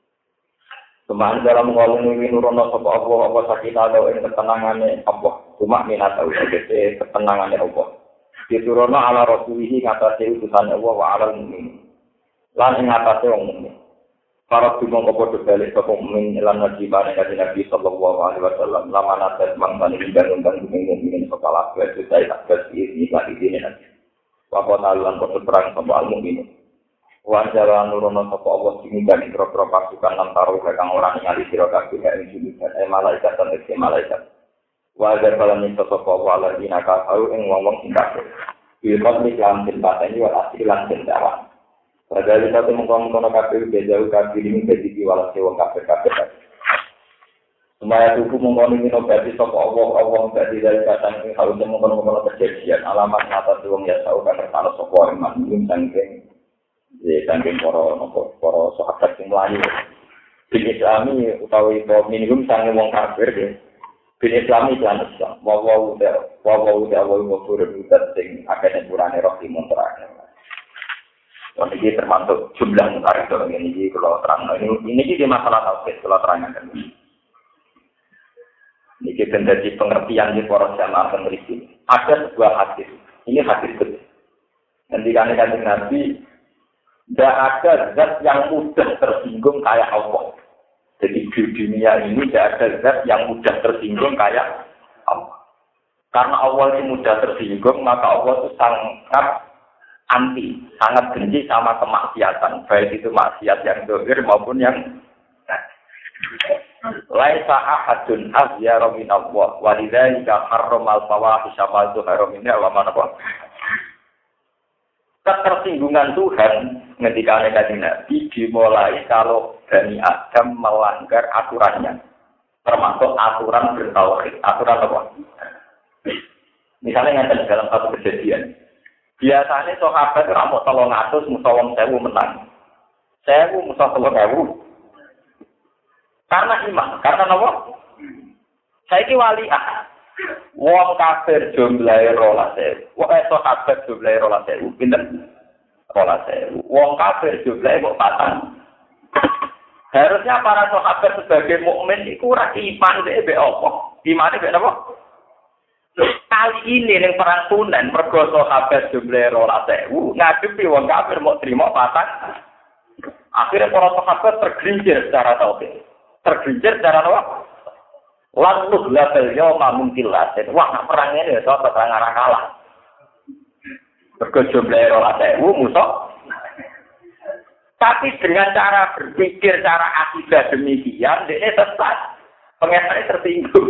Semaan dalam ngolong ini nurono sapa apa sakit atau ing ketenangane apa cuma minat tau tegese ketenangane apa. Diturono ala rasulihi ngatasi utusan Allah wa ala mukmin. Lan ing ngatasi wong mukmin. Para dumong apa balik sapa mukmin lan wajibane kanjeng Nabi sallallahu alaihi wasallam lamana tes mangkane undang-undang mukmin sapa lakuet saya tak ini lagi dene nanti. Waktu taluan perang sama al-mu'min. Wajar nurono sapa Allah sing ngandani kira-kira pasukan lan taruh kang ora ningali sira kabeh ing jumitan malaikat lan malaikat. Wajar kala minta sapa Allah dina kafaru ing wong-wong sing kafir. Ilmu lan tindakan wa asilan tindakan. Padahal kita mengkono kabeh jauh kabeh ini dadi diwalase wong kafir-kafir. Semaya tubuh mengkono ini berarti sapa Allah berarti dari kata ini harus mengkono kejadian alamat atas wong ya tahu kan kalau sapa iman mungkin sangking para sahabat sing mlayu. Bin Islami utawi minimum sanging wong kafir ya. Bin Islami lan Islam. Wa turun sing akeh purane roh timun terakhir. Ini termasuk jumlah mutarik dalam ini kalau terang. Ini di masalah tauhid kalau terangkan. Ini menjadi pengertian di para jamaah peneliti. Ada sebuah hadis. Ini hadis betul. Nanti kanjeng Nabi, tidak ada zat yang mudah tersinggung kayak Allah. Jadi di dunia ini tidak ada zat yang mudah tersinggung kayak Allah. Karena Allah ini mudah tersinggung, maka Allah itu sangat anti, sangat benci sama kemaksiatan. Baik itu maksiat yang zahir maupun yang laisa ahadun aghyara min Allah wa lidzalika harramal fawahisha ma dzahara minha wa ma nafa. Ketersinggungan Tuhan ketika Nabi dimulai kalau Bani Adam melanggar aturannya, termasuk aturan bertauhid, aturan apa? Misalnya yang dalam satu kejadian, biasanya sahabat ramu 300 musuh wong 1000 menang, 1000 musuh 3000. Karena iman, karena apa? Saiki waliah. Wong kafir jumlahe 12.000. Wong sahabat jumlahe 12.000. Pinten? 12.000. Wong kafir jumlahe kok 4. Harusnya para sahabat sebagai mukmin iku ora iman mbek apa? Imane mbek apa? Kali ini ning perang Hunain mergo sahabat jumlahe 12.000 ngadepi wong kafir mau terima 4. Akhirnya para sahabat tergelincir secara tauhid. Tergelincir secara apa? Lalu label yoma mungkin laten. Wah, perang ini ya, perang arah kalah. Berkejumlah rola musuh. Tapi dengan cara berpikir, cara akidah demikian, dia sesat. Pengesannya tersinggung.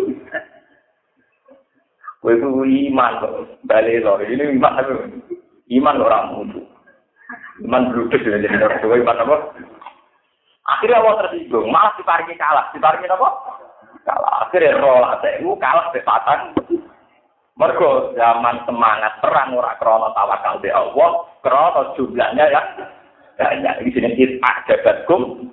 Itu iman, balik loh. Ini iman orang muda. Iman berudus, jadi iman apa? Akhirnya Allah tersinggung, malah diparingi kalah. Diparingi apa? Kalah. Akhirnya rola kalah bepatan. Mergo zaman semangat perang ora krana tawakal be Allah, krana jumlahnya ya banyak. Di sini kita jabatkum.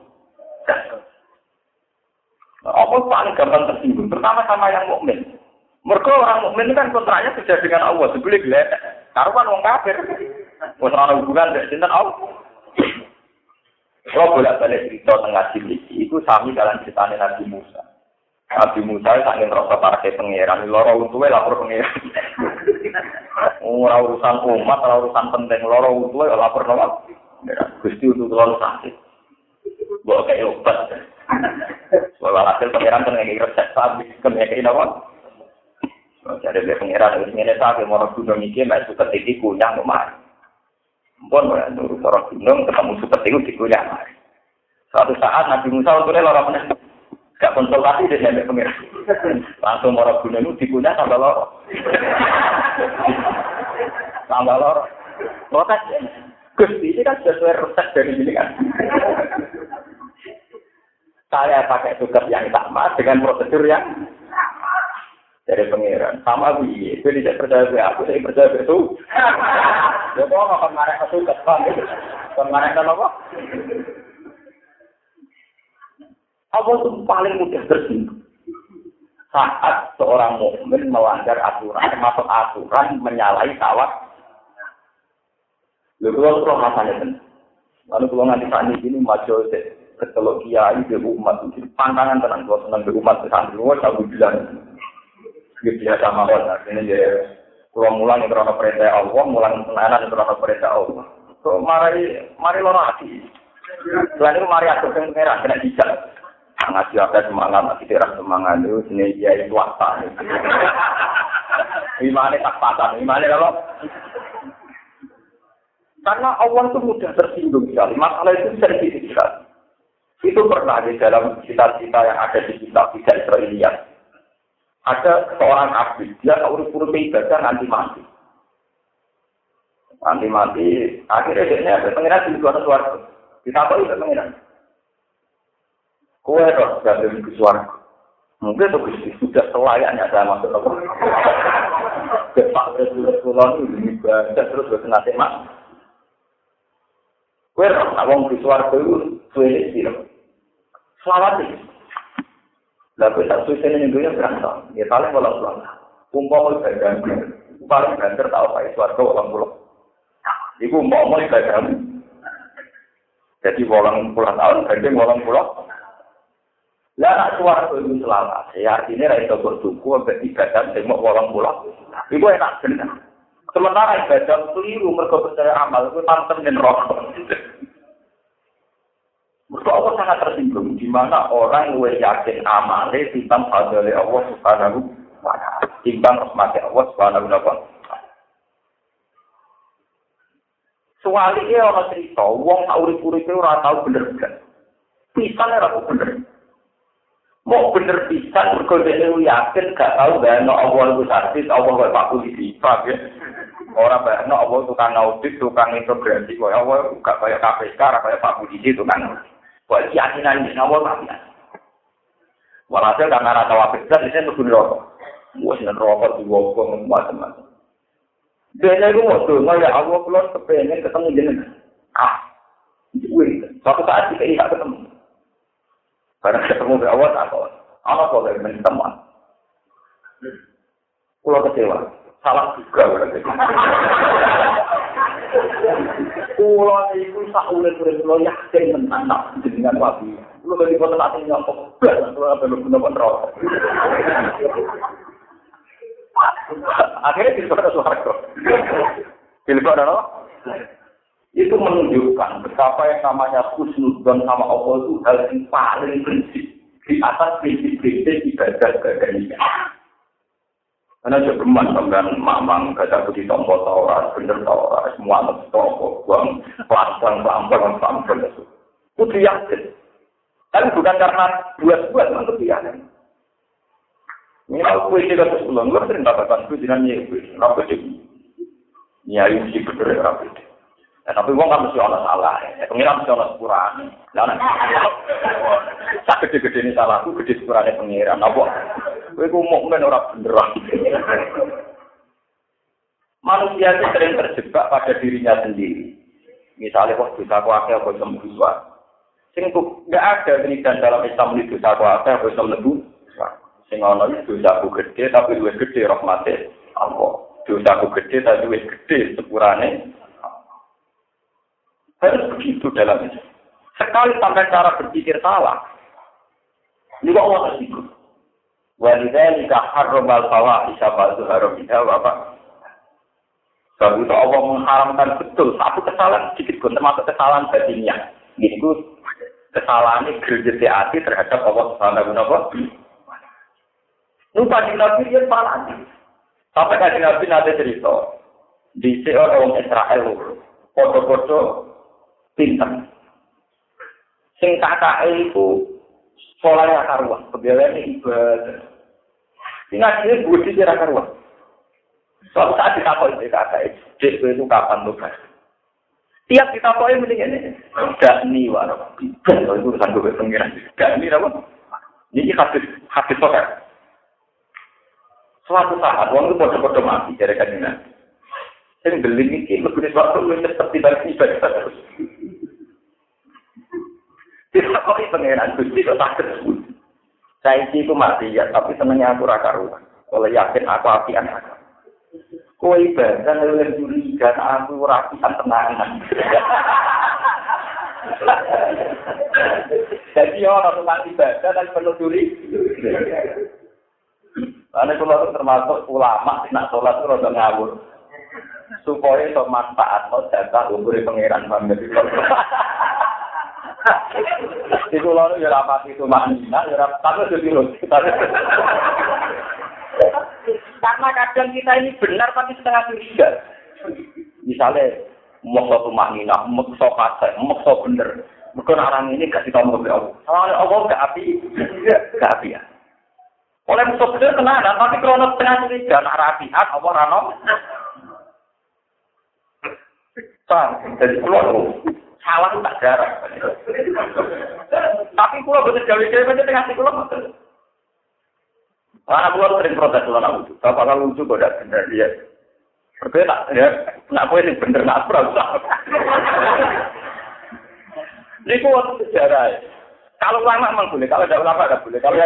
Apa paling gampang tersinggung? Pertama sama yang mukmin. Mergo orang mukmin kan kontraknya sudah dengan Allah, sebeli gledek. Karuan wong kafir. Wong ora hubungan dengan sinten Allah. Kalau bolak-balik cerita tengah sini, itu sami dalam ceritanya Nabi Musa. Nabi Musa saking rasa parake pangeran, loro utuhe lapor pangeran. Ora urusan umat, ora urusan penting, loro utuhe lapor nama. Gusti utuh kula sakit. Mbok kaya obat. Walhasil pangeran kan ngeki resep sapi, kan ngeki napa? Jadi dia pangeran wis ngene ta ke moro gunung iki mek suket iki kunyah omah. Pun nurut orang gunung ketemu seperti itu dikunyah. Suatu saat Nabi Musa utuhe lara meneh. Gak konsultasi dia sampai pengiran. Langsung orang gunung itu dikunyah tambah loro. Tambah loro. Protes. Gusti ini kan sesuai resep dari sini kan. Saya pakai suket yang sama dengan prosedur yang dari pengiran. Sama begini. Jadi saya percaya aku, saya percaya itu. Ya kok nggak kemarin ke suket kan? Kemarin kan apa? Allah itu paling mudah tersinggung saat seorang mukmin melanggar aturan, termasuk aturan menyalahi tawak. Lalu kalau rasanya kan, lalu kalau nanti saat ini maju ketelok kiai di umat itu pantangan tenang, kalau senang di umat santri, aku bilang, dia biasa mawon, ini dia kalau mulang yang terhadap perintah Allah, mulang tenanan yang terhadap perintah Allah. So mari lorong hati. Selain itu mari aku pengeran kena dijak. Ngaji apa semangat, ngaji terang semangat itu sini dia itu apa? Gimana tak patah? Gimana kalau? Karena Allah itu mudah tersinggung sekali. Masalah itu sensitif sekali. Itu pernah di dalam cita-cita yang ada di kitab Israiliyat. Ada seorang abdi, dia urut-urut ibadah nanti mati. Nanti mati, akhirnya dia ada pengiran di luar suarga. Kita tahu itu pengiran. Kue harus gabung ke suarga. Mungkin itu sudah selayaknya saya masuk ke Pak Rasulullah itu ibadah terus bersenasib mas. Kue harus ngomong ke suarga itu sulit sih. Selamat sih. Lalu tak susah ini dunia berantem. Ya paling walau pulang. Umpama ibadah, paling banter tahu Pak suarga walau pulang. Ibu umpama ibadah. Jadi walau pulang tahun, ganti walau pulang. Lah nak suara itu selamat. Ya artinya ra iso bertuku sampai ibadah sing mok 80. Iku enak bener. Sementara ibadah keliru mergo percaya amal kuwi pancen yen rokok. Allah sangat tersinggung di mana orang luwih yakin amale timbang fadhole Allah Subhanahu wa taala. Timbang rahmat Allah Subhanahu wa taala. Soalnya orang cerita, wong tak urip-uripe ora tau bener-bener. Pisan ora bener. Mau bener pisan mergo dhewe yakin gak tau bayangno Allah iku sartis, Allah kok Pak Polisi, paham ya? Ora bayangno Allah tukang audit, tukang integrasi kok Allah gak kaya KPK, ora kaya Pak Polisi tukang. Kok keyakinan iki Allah tapi. Walhasil karena rata wabah itu mlebu neraka. Wes neraka diwongkon macam-macam. Dene iku mau ya Allah kula kepengin ketemu jenengan. Suatu saat kita tidak ketemu. Karena ketemu dengan Allah tak kok. Allah kok dari teman. Kula kecewa. Salah juga berarti. Kula itu sak urip-urip kula yakin menang dengan wabi. Kula dari kota tak nyopok blas kula bener-bener neraka. Akhirnya dilebokno swarga. Dilebokno apa? Itu menunjukkan betapa yang namanya husnudzon sama Allah itu hal yang paling prinsip di atas prinsip-prinsip ibadah ini. Karena jogeman sampean mamang gada budi tompo ora bener ora semua toko buang pelan-pelan itu. Kudu yakin. Kan bukan karena buat-buat untuk yakin. Ini aku isi kata sebelum, gue sering katakan, gue jangan nyebut, rapi deh. Nyari mesti bener, rapi deh. Tapi gue gak mesti ada salah, pengiran mesti ada sepurane. Tak gede-gede ini salah, gue gede sepurane pengiran. Apa? Gue mukmin orang beneran. Manusia itu sering terjebak pada dirinya sendiri. Misalnya, kok dosa kuaknya, kok bisa membuswa. Singkup, gak ada penelitian dalam Islam ini dosa kuaknya, kok bisa membuswa. Sing ana iki dosaku gede tapi luwih gede rahmate Allah. Dosaku gede tapi luwih gede sepurane. Harus begitu dalam itu. Sekali sampai cara berpikir salah, ini kok Allah tersinggung. Walidzalika harramal fawahisha ba'du haramida wa ba. Sebab itu Allah mengharamkan betul satu kesalahan sedikit pun termasuk kesalahan batiniah. Itu kesalahan gerjete hati terhadap Allah Subhanahu wa taala. Lupa di Nabi dia salah. Sampai kaji Nabi nanti cerita. Di orang Israel, foto-foto pinter. Sing kakak itu sekolahnya karuan. Kebiasaannya ibadah. Tinggal dia budi dia karuan. Suatu saat ditakoi itu kakak itu. Itu kapan tuh kan? Tiap ditakoi mending ini. Gani warna. Itu urusan gue pengiran. Gani apa? Ini hadis sokat. Suatu saat, orang itu bodoh-bodoh mati, jadi kan ini. Saya beli ini, lebih suatu yang seperti bagi ibadah terus. Tidak kok pengeran, Gusti kok takut. Saya itu mati ya, tapi senangnya aku raka-ruan. Kalau yakin aku apian aku. Kau ibadah, oleh curiga, aku rapian tenangan. Jadi orang mati ibadah dan penuh curiga. Karena kalau termasuk ulama, nak sholat itu rada ngawur. Supaya itu manfaat, jatah umur pengiran banget. Itu lalu ya rapat itu maknina, ya rapat itu dulu. Karena kadang kita ini benar tapi setengah curiga. Misalnya, maksa maknina, maksa pasai, maksa bener. Mungkin orang ini gak ditambah oleh Allah. Soalnya Allah gak api, gak api ya. Oleh musuh bener tenanan, tapi kalau tengah curiga, nak rapiat, apa rano? Jadi pulau salah tak jarang. Tapi pulau betul jauh-jauh aja tengah si pulau betul. Karena pulau sering protes pulau nak lucu. Bapak kalau lucu kok tidak benar dia. Berbeda ya, nak boleh sih bener nak berasa. Ini pulau sejarah. Kalau ulama memang boleh, kalau tidak ulama tidak boleh. Kalau yang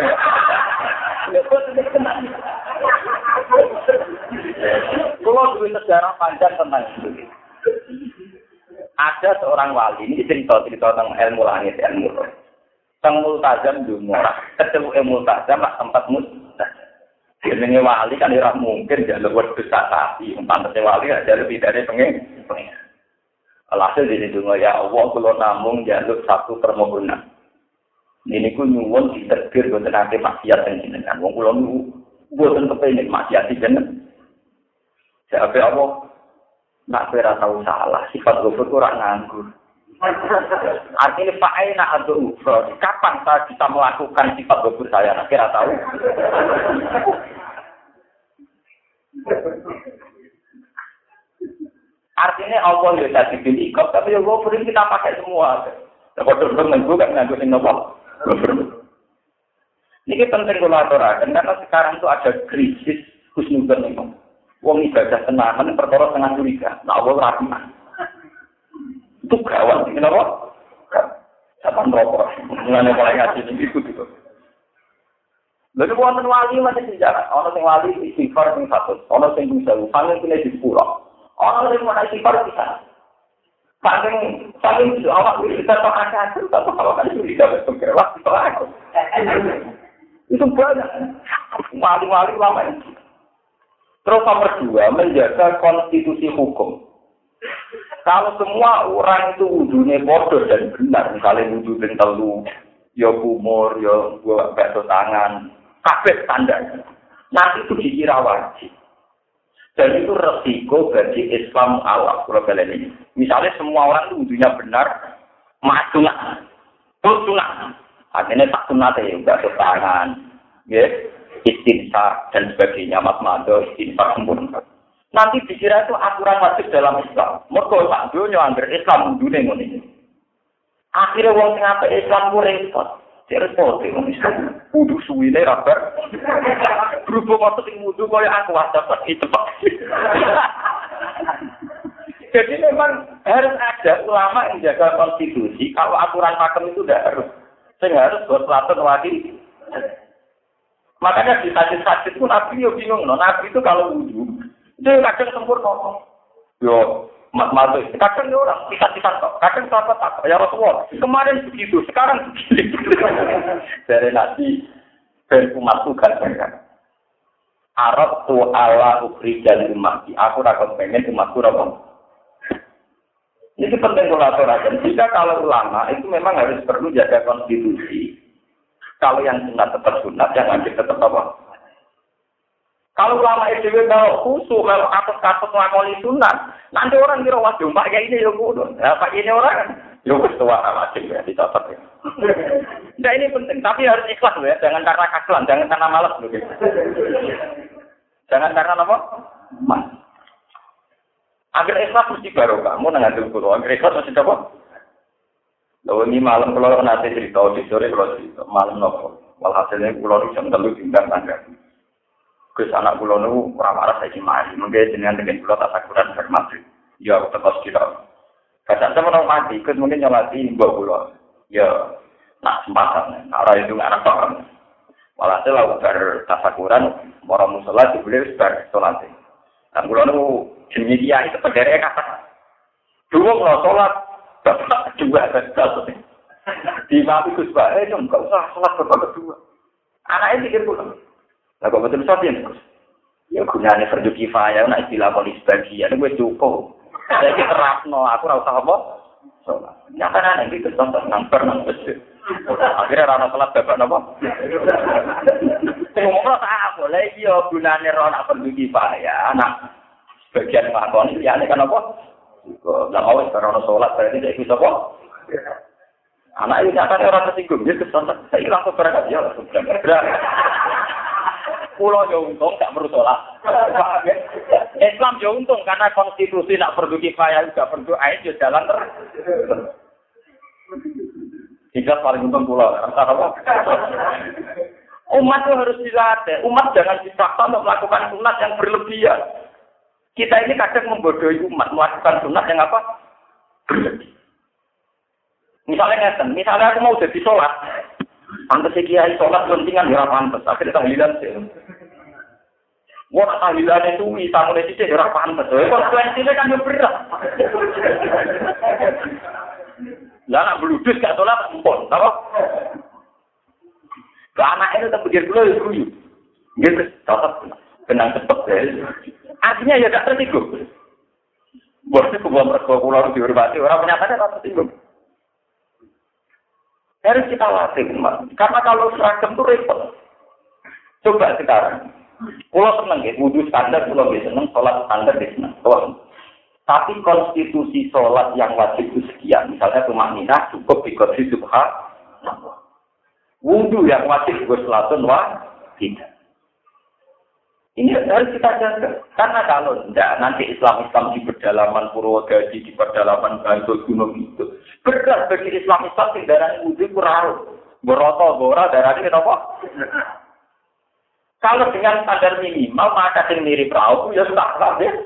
pulau dulu sejarah panjang tentang itu. Ada seorang wali, ini cerita tentang ilmu langit, ilmu roh. Sang multazam dumurah, ketemu ilmu multazam lah tempat multazam. Jenenge wali kan ora mungkin jaluk wedhus sapi, pantes wali aja lebih dari pengen. Alhasil di situ ya Allah kula namung njaluk satu permohonan. Ini ku nyuwun diterbir boten ate maksiat ten jenengan. Wong kula niku boten kepengin maksiat jenengan. Jawabe Allah nak ora tau salah, sifat ghafur ora nganggur. Artinya fa'aina adu kapan saya bisa melakukan sifat ghafur saya? Nak ora tahu. Artinya Allah ya tadi pilih ikut, tapi ya ghafur kita pakai semua. Kalau minggu kan nganggo sing nopo? Ini penting kalau aturaken karena sekarang itu ada krisis husnuzon ini. Wong ibadah tenanan perkara tengah curiga. Nah, Allah rahmat. Itu gawat iki napa? Sapan rokok. Mulane mulai ngaji iki gitu. Lalu wonten wali macam sejarah. Ana sing wali istighfar sing 100, ana sing bisa paling kene di 10. Ana sing mau istighfar bisa. Paling itu awak bisa tak akal, tak awak kan curiga betul waktu itu. Itu banyak. Wali-wali lama itu. Terus nomor 2, menjaga konstitusi hukum. Kalau semua orang itu wudhunya bodoh dan benar, misalnya wudhu dan telu, ya kumur, ya buat bakso tangan, kabeh standar. Nanti itu dikira wajib. Dan itu resiko bagi Islam awal global ini. Misalnya semua orang itu wudhunya benar, sunat. Terus sunat. Artinya tak sunat ya, bakso tangan, ya. Istinsa dan sebagainya, matmado, istinsa sempurna. Nanti dikira itu aturan wajib dalam Islam. Mergo sak donya anggere Islam dunia ngene. Akhirnya wong sing apik Islam ku repot. Repot wong Islam. Kudu suwine ra bar. Berhubung waktu sing wudu koyo aku cepet cepet. Jadi memang harus ada ulama yang jaga konstitusi. Kalau aturan pakem itu tidak harus. Sing harus berpelaton wadi. Makanya di hadis-hadis itu Nabi yo bingung, no. Nabi itu kalau wudhu, itu kadang sempurna. Yo, maksud kadang orang pisah-pisah kok, kadang tak. Ya Rasulullah, kemarin begitu, sekarang begini. Dari Nabi dan umat tugas kan. Arab tu ala ukri dan umat. Aku rakon pengen umatku rakon. Ini penting kolaborasi. Jika kalau ulama itu memang harus perlu jaga konstitusi. Kalau yang sunat tetap sunat, yang wajib tetap apa? Kalau ulama itu kalau khusus, kalau kasus ngelakoni sunat, nanti orang kira wajib, Pak ini ya kudu. Nah, Pak ini orang kan, ya ketua wajib ya, dicatat ya. Nah ini penting, tapi harus ikhlas ya, jangan karena kasihan, jangan karena malas loh. Jangan karena apa? Mas. Agar ikhlas mesti baru kamu dengan kudu, agar ikhlas mesti apa? Lalu ini malam kalau nanti cerita di sore kalau cerita malam nopo, walhasilnya kalau jam 3 tinggal tangga. Ke anak pulau nu marah saya mati, mungkin dengan pulau tak sakuran bermati. Ya aku tetap kira. Kadang saya mau mati, ikut mungkin nyolati bawa pulau. Ya nak sempatan, arah itu anak orang. Walhasil aku bertasakuran, orang musola dibeli bersolati. Dan pulau nu jenis dia itu berdiri kata. Dulu kalau sholat. Bapak kedua gagal. Di mati Gus Pak, enggak usah salat bapak kedua. Anaknya pikir pulang. Lah kok betul sapian, Gus? Ya gunane fardu kifayah nek istilah polis bagian wis cukup. Saiki terapno, aku ora usah apa? Salat. Nyatane iki contoh namper nang masjid. Akhirnya ora salat bapak napa? Ngomong tak boleh iki yo gunane ora fardu kifayah. Anak sebagian lakon liyane kan apa? Lah awes karena sholat berarti tidak bisa kok. Anak ini nyatanya orang tersinggung dia kesana. Saya langsung berangkat ya langsung berangkat. Pulau jauh untung tak perlu sholat. Islam jauh untung karena konstitusi tak perlu kifayah juga perlu air di jalan terus. Jika paling untung pulau. Umat itu harus dilatih. Umat jangan dipaksa untuk melakukan sunat yang berlebihan. Kita ini kadang membodohi umat melakukan sunat yang apa? Misalnya aku mau jadi sholat, pantas kiai sholat pentingan ya pantas, akhirnya tahlilan sih. Wah tahlilan itu bisa mulai sih ya pantas, konsekuensinya kan berat. Lah nak bludus gak sholat empon, tahu? Anak itu tak pikir dulu ya guyu, gitu, tetap kenang cepet ya. Artinya ya tak tersinggung. Bosnya kubur mergo kula dihormati, orang menyatakan rasa tersinggung. Harus kita latih, karena kalau seragam itu repot. Coba sekarang, pulau seneng ya, wudhu standar pulau seneng, sholat standar seneng. Tapi konstitusi sholat yang wajib itu sekian, misalnya tumakninah cukup dikodri subhanallah. Wudhu yang wajib gue selatun tidak. Ini harus kita jaga, karena kalau tidak nanti Islam di pedalaman Purwodadi, di pedalaman Bantul Gunung itu berat bagi Islam di darah wudhu kurang, beroto bora darah ini apa? Kalau dengan standar minimal maka yang mirip perahu ya sudah lah ya.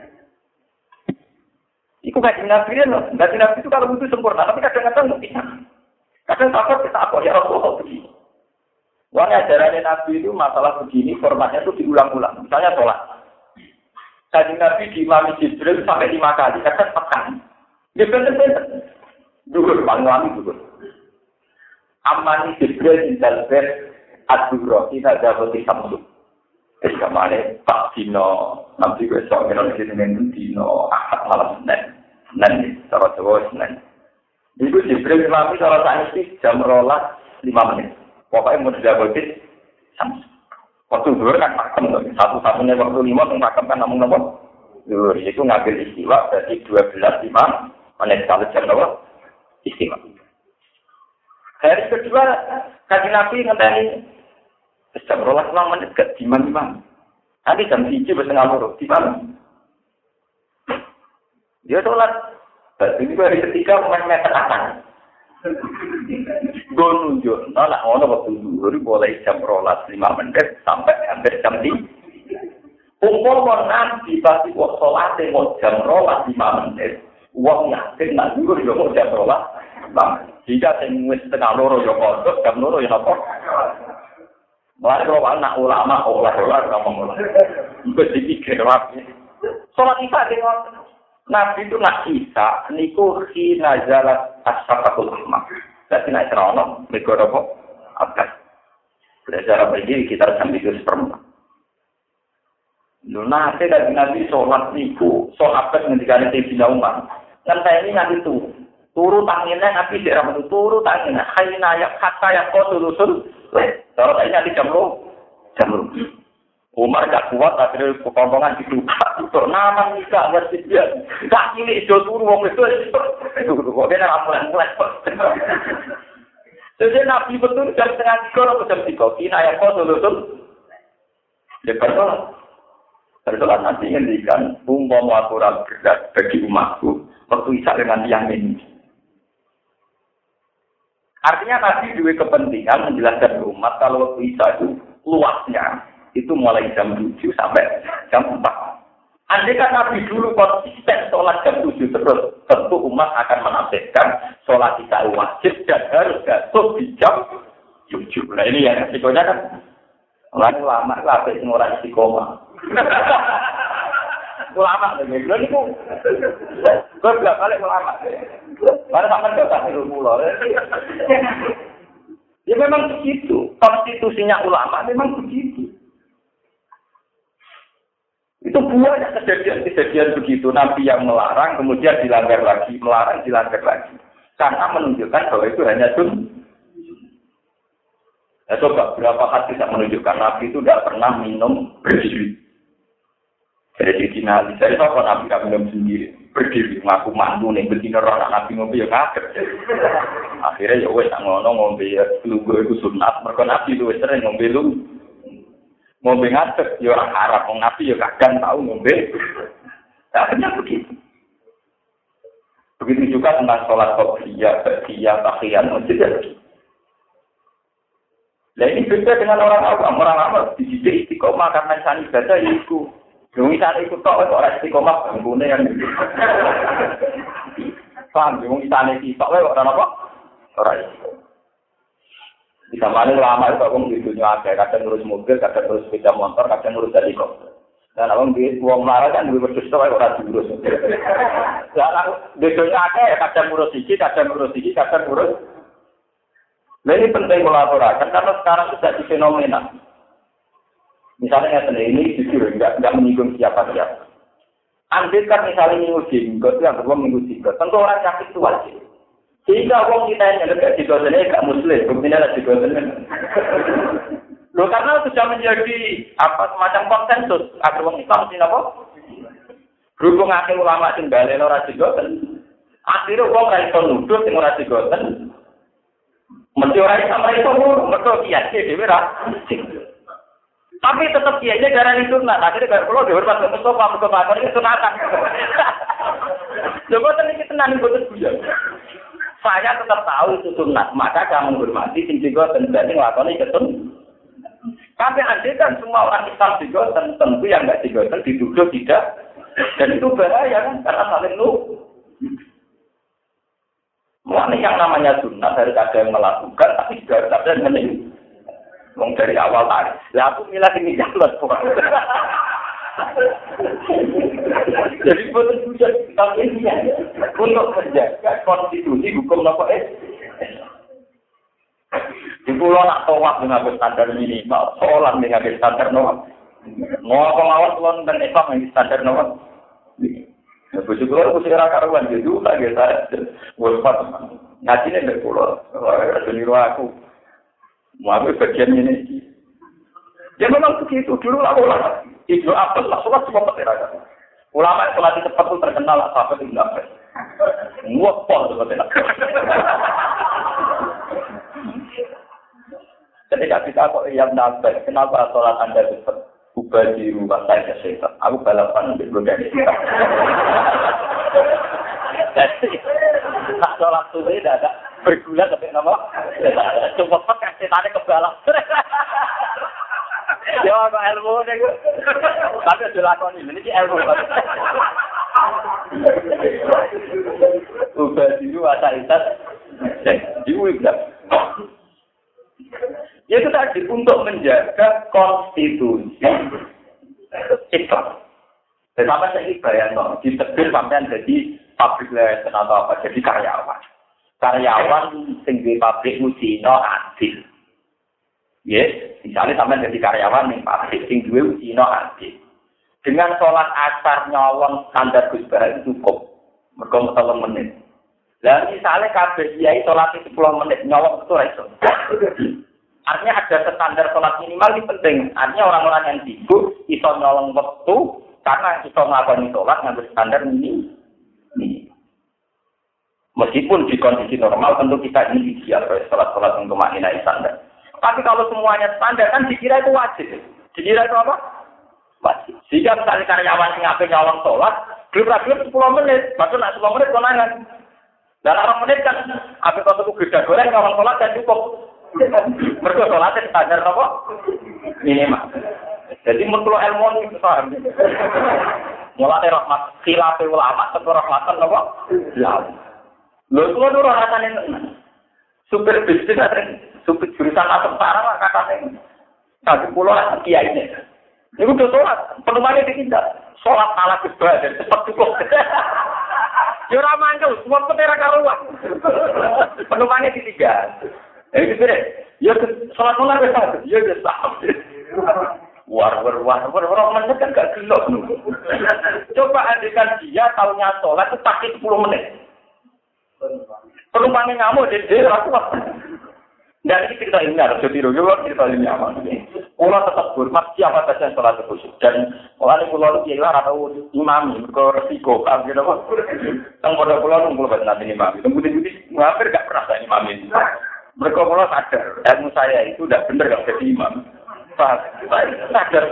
Iku kayak Nabi loh, Nabi itu kalau wudhu sempurna, tapi kadang-kadang nggak bisa. Kadang takut kita apa ya Rasulullah begini. Warna ajarannya Nabi itu masalah begini, formatnya itu diulang-ulang. Misalnya sholat. Kajian Nabi diimami Jibril sampai 5 kali, kadang 4 kali. Ya bener-bener. Duhur, paling lama duhur. Amani Jibril indal ber adhuro, kita dapat disamsuk. Kamane Pak Dino, nanti gue sok kena dengan Dino, akad malam Senin, cara Jawa Senin. Itu Jibril imami sholat saiki jam 5 menit. Pokoknya mau dijagotin, waktu dulu kan makan, satu-satunya waktu 5 untuk makan kan namun dulu itu ngambil istiwa dari 12.5 menit kalau jam berapa istiwa. Hari kedua kaji Nabi ngenteni jam 12 menit ke di mana? Nanti jam 1 setengah loro di mana? Dia sholat, ini hari ketiga main meter akan. Gue nunjuk, nak ngono waktu dulu boleh jam 5 menit sampai hampir jam 5. Umpama nanti pasti waktu sholat mau jam 5 menit, uang yakin nak dulu juga mau jam 5. Jika tengah setengah loro ya kodok, jam loro ya apa? Mulai kalau anak ulama olah ngomong itu dipikir lagi. Sholat isya dengan Nabi itu nak isya, niku khina zalat as-saqatul ahmar. Jadi nak cerono, mereka apa? Akas. Belajar berdiri kita sambil itu seperempat. Nanti dari Nabi sholat niku, sholat apa ketika ada Sayyidina Umar. Dan saya ini nanti turu tanginnya Nabi tidak ramai turu tanginnya. Khina yang kata yang kau tulusul. Kalau saya nanti jam lu. Umar gak kuat, akhirnya kekompongan dibuka. Untuk nama nikah, ngerti dia. Gak ini, itu turu, wong itu. Kok dia rambulan-rambulan. Jadi Nabi betul jam 2:30 atau jam 3. Kina yang kau betul. Dia bersolat nanti ngendikan, umpama aturan berat bagi umatku, waktu isya dengan yang ini. Artinya Nabi juga kepentingan menjelaskan umat kalau waktu isya itu luasnya. Itu mulai jam 7 sampai jam 4. Andai kan Nabi dulu konsisten sholat jam 7 terus, tentu umat akan menafsirkan sholat isya wajib dan harus jatuh di jam 7. Nah ini yang resikonya kan, ulama lah itu orang istiqomah. Ulama lagi, belum itu. Gue bilang balik ulama. Mana sama dosa ilmu loh. Ya memang begitu, konstitusinya ulama memang begitu. Itu banyak kejadian-kejadian begitu. Nabi yang melarang, kemudian dilanggar lagi. Melarang, dilanggar lagi. Karena menunjukkan bahwa itu hanya sun. Ya coba, berapa hadis yang menunjukkan Nabi itu tidak pernah minum berdiri. Jadi dinali. Saya tahu Nabi tidak minum sendiri. Berdiri, ngaku mandu nih. Betina orang Nabi ngombe ya kaget. Akhirnya ya wes ngono ngombe ya. Lugu itu sunat. Mereka Nabi itu sering ngombe lu. Ngombe ngadeg, ya orang Arab, orang Nabi ya kadang tahu ngombe. Akhirnya begitu. Begitu juga tentang sholat qobliyah, ba'diyah, tahiyat, masjid. Nah ini beda dengan orang awam. Orang awam dididik istiqomah karena insan ibadah itu. Yang insan itu tak orang istiqomah bangunnya yang itu. Paham? Yang insan itu tak orang apa? Orang istiqomah. Di zaman lama itu aku di dunia ada, kadang ngurus mobil, kadang ngurus sepeda motor, kadang ngurus helikopter. Dan aku di uang marah kan dulu berdua orang diurus. Dan aku di dunia ada, kadang ngurus iki, kadang ngurus iki, kadang ngurus. Nah ini penting kolaborasi karena sekarang sudah di fenomena. Misalnya ini jujur, nggak menyinggung siapa-siapa. Andai kan misalnya minggu jenggot, yang kedua minggu jenggot, tentu orang sakit itu wajib. Sehingga orang kita yang dekat di dosennya gak muslim, buktinya ada di dosennya. Loh karena sudah menjadi semacam konsensus agar orang Islam sih apa? Berhubung akhir ulama sing baleno ora digoten. Akhire wong ra iso nuduh sing ora digoten. Mesti ora iso mergo kiai dhewe ra. Tapi tetap kiainya darani sunat. Akhirnya kaya kula dihormat kok Mustofa mergo pakon iki sunatan. Lho boten iki tenan boten guyon. Saya tetap tahu itu sunat, maka saya menghormati sing digoten dadi nglakoni ketun. Tapi andai kan semua orang Islam digoten, tentu yang enggak digoten dituduh tidak. Dan itu bahaya kan, karena saling Mulanya yang namanya sunnah harus ada yang melakukan, tapi juga harus ada yang menilai. Ngomong dari awal tadi, lah aku milah ini jalan. Jadi betul juga kita ini untuk menjaga konstitusi hukum apa di pulau nak tawaf dengan standar minimal, sholat dengan standar normal. Mau pengawas pulau dan Islam yang standar normal. Begitu keluar aku segera karuan jadi tak kita waspat ngaji nih pulau, niru aku. Mau ambil bagian ini. Ya memang begitu dulu lah ulama. Itu apa lah sholat semua petiraga. Ulama yang sholat cepat itu terkenal lah sampai di dalam. Nguapol seperti itu. Ketika kita kok yang nafas, kenapa sholat Anda cepat? Ubah di rumah saya setan. Aku balapan untuk bergaya. Jadi, tak sholat subuh tidak ada bergula tapi nama. Cuma pakai setannya kebalap. Ya, apa ilmu ni? Tapi sudah lakon ini ilmu. Ubah di rumah saya setan. Diulang. Itu tadi untuk menjaga konstitusi Islam. Sampai saya bayang ditegur sampai jadi pabrik lesen atau apa, jadi karyawan. Karyawan tinggi pabrik Usino adil. Yes, misalnya sampai jadi karyawan nih pabrik tinggi Usino adil. Dengan sholat asar nyawang standar Gus Bara itu cukup. Mereka 10 menit. Lah misalnya kabeh kiai sholat 10 menit nyawang itu iso. Artinya ada standar sholat minimal ini penting. Artinya orang-orang yang sibuk iso nyolong waktu karena iso ngelakoni sholat ngambil standar ini. Meskipun di kondisi normal tentu kita ini ideal sholat-sholat untuk maknai standar. Tapi kalau semuanya standar kan dikira itu wajib. Dikira itu apa? Wajib. Jika misalnya karyawan yang ngapain nyolong sholat, belum 10 menit, maksudnya 10 menit konangan. Dalam 8 menit kan, habis kalau aku geda goreng nyolong sholat kan cukup. Mereka sholatnya standar apa? Minimal. Jadi menurut ilmu ini paham. Mulai rahmat khilaf ulama atau rahmatan apa? Ya. Lho kula nur rasane super bisnis super jurusan asam sarang katanya. Tapi pulau lah kiai ini. Ini udah sholat, penumpangnya ditindak. Sholat ala gebah dan cepat cukup. Ya ramangkel, semua petera karuan. Penumpangnya ditinggal. Gitu deh. Ya sholat mulai besar. Ya besar. War orang menit kan gak gelap. Coba andikan dia tahunya sholat itu pakai 10 menit. Penumpangnya ngamuk dia aku. Dan ini cerita ini harus ditiru juga cerita ini aman. Pulau tetap hormat siapa saja yang sholat khusyuk. Dan orang ini pulau itu ya atau imam resiko kan gitu kok. Tang pada pulau nunggu lepas nanti imam. Kemudian hampir gak pernah saya imam ini. Mereka pulau sadar ilmu saya itu udah bener gak jadi imam. Sadar.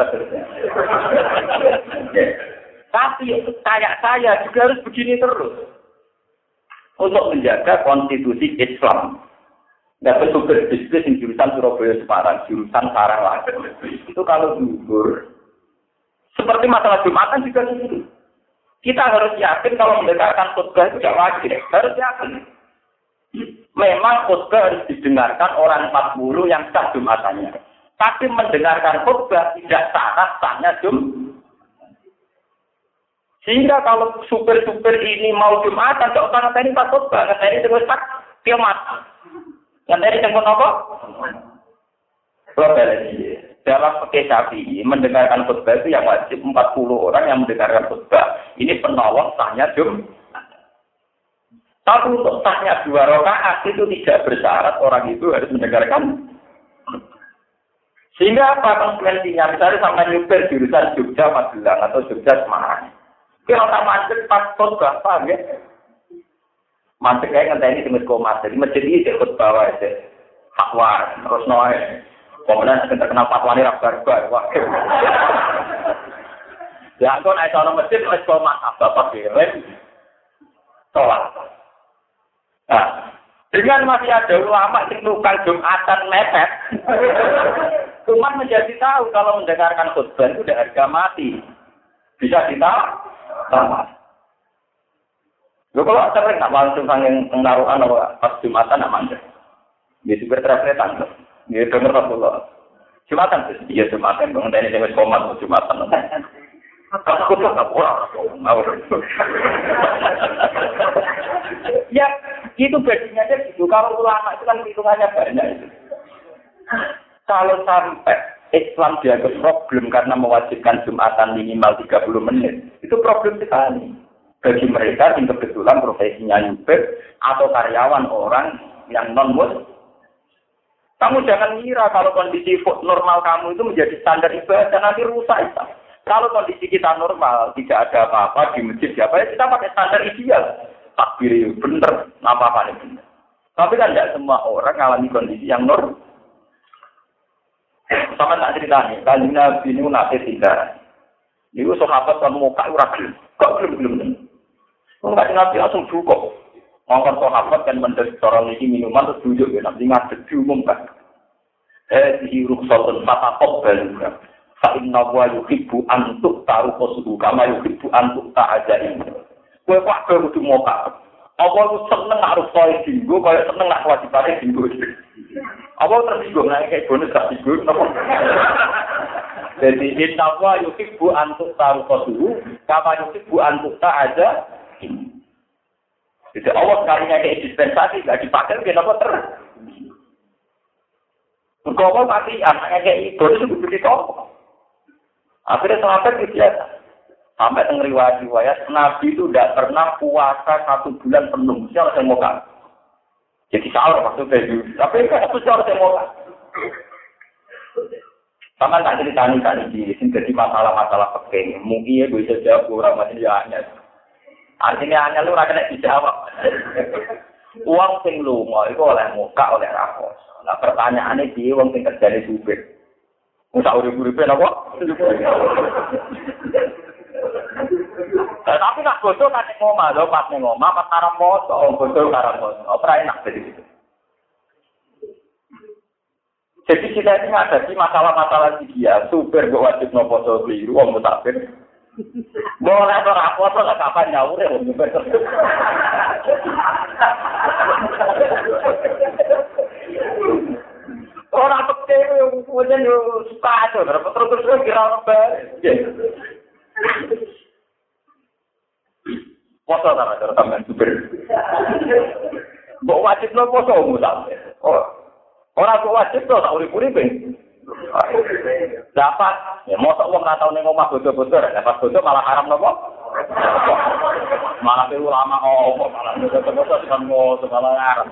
Tapi kayak saya juga harus begini terus untuk menjaga konstitusi Islam. Nggak betul berbisnis di jurusan Surabaya Semarang, jurusan Sarang lagi. Itu kalau gugur, seperti masalah Jumatan juga gitu. Kita harus yakin kalau mendengarkan khutbah itu tidak wajib. Harus yakin. Memang khutbah harus didengarkan orang 40 yang sah Jumatannya. Tapi mendengarkan khutbah tidak sahnya Sehingga kalau supir-supir ini mau Jumatan, tidak usah ngeteni pas khutbah, ngeteni terus tak kiamat. Ngeteni tengkon apa? Kalau balesi. dalam fikih Syafi'i mendengarkan khutbah itu yang wajib 40 orang yang mendengarkan khutbah. Ini penolong sahnya Jumat. Tapi untuk sahnya 2 rakaat itu tidak bersyarat orang itu harus mendengarkan. Sehingga apa konsekuensinya? Misalnya sampai nyupir jurusan Jogja Magelang atau Jogja Semarang. Kalau tak macet pas khutbah, paham ya? Macet kayak ngenteni di masjid. Masjid ini ikut bawah aja. Hakwa, terus noe. Kemudian terkenal fatwani rabar-bar. Wah. Ya, aku naik sana masjid, wis kok maaf bapak kirim. Tolak. Nah, dengan masih ada ulama yang tukang Jumatan mepet. Umat menjadi tahu kalau mendengarkan khutbah itu udah harga mati. Bisa ditahu. Lho kalau sering tak langsung sanging pengaruhan pas Jumatan nak mandek. Dia super travelan. Dia denger Rasulullah. Jumatan sih, iya Jumatan. Pengen ini komat Jumatan. Aku tuh nggak boleh. Ya, itu badinya aja gitu. Kalau ulama itu kan hitungannya banyak. Kalau sampai Islam dianggap problem karena mewajibkan Jumatan minimal 30 menit, itu problem sekali. Bagi mereka yang kebetulan profesinya nyupir atau karyawan orang yang non-muslim. Kamu jangan ngira kalau kondisi normal kamu itu menjadi standar ibadah, nanti rusak itu. Kalau kondisi kita normal, tidak ada apa-apa di masjid, ya kita pakai standar ideal. Takbir bener, apa-apa bener. Tapi kan tidak semua orang mengalami kondisi yang normal. Sama tak ceritanya, kalau Nabi ini nanti tidak. Itu sahabat kan mau kak urakel, kok belum. Enggak Nabi langsung cukup. Ngomong sahabat kan mendesak orang ini minuman terus duduk ya nanti ngadeg diumumkan. Di rukhsatun fataqab balura. Fa inna wa yuhibbu an tu'taru qasudu kama yuhibbu an tu'ta'ajain. Kowe kok kudu moka. Apa lu seneng harus koyo dinggo, koyo seneng nak wajibane dinggo. Apa tersinggung nek kayak bonus gak dinggo napa? Jadi inna wa yuhibbu an tu'taru qasudu kama yuhibbu an tu'ta'ajain. Jadi Allah sekalinya kayak dispensasi, nggak dipakai, kenapa Berkobol mati, anaknya kayak itu, itu begitu. Akhirnya sahabat biasa. Sampai riwayat Nabi itu tidak pernah puasa 1 bulan penuh. Siapa yang mau kan? Jadi salah maksudnya. Tapi kan itu siapa yang mau kan? Sama tak ceritani di sini jadi masalah-masalah penting. Mungkin ya bisa jawab orang masih hanya. Artinya hanya lu ora kena dijawab. Uang sing lunga iku oleh muka oleh rapos. Nah pertanyaane piye wong sing kerjane supir? Ora urip-uripe napa? Tapi nak bodoh kan ngomah lho pas ning omah pas karo foto, bodoh karo foto. Ora enak jadi gitu. Jadi kita ini menghadapi masalah-masalah dia, supir kok wajib nopo keliru, wong musafir. Boleh ora apa-apa lah kapan nyaur ya wong nyupir. Ora peke wong yo sepatu, terus kira apa. Foto ta cara sampean supir. Mbok wajib lho foto musafir. Oh. Ora kok wajib to tak urip-uripe. Dapat, ya mosok wong ora tau ning omah bodo-bodo, dapat bodo malah haram napa? Malah ulama malah bodo-bodo kan malah haram.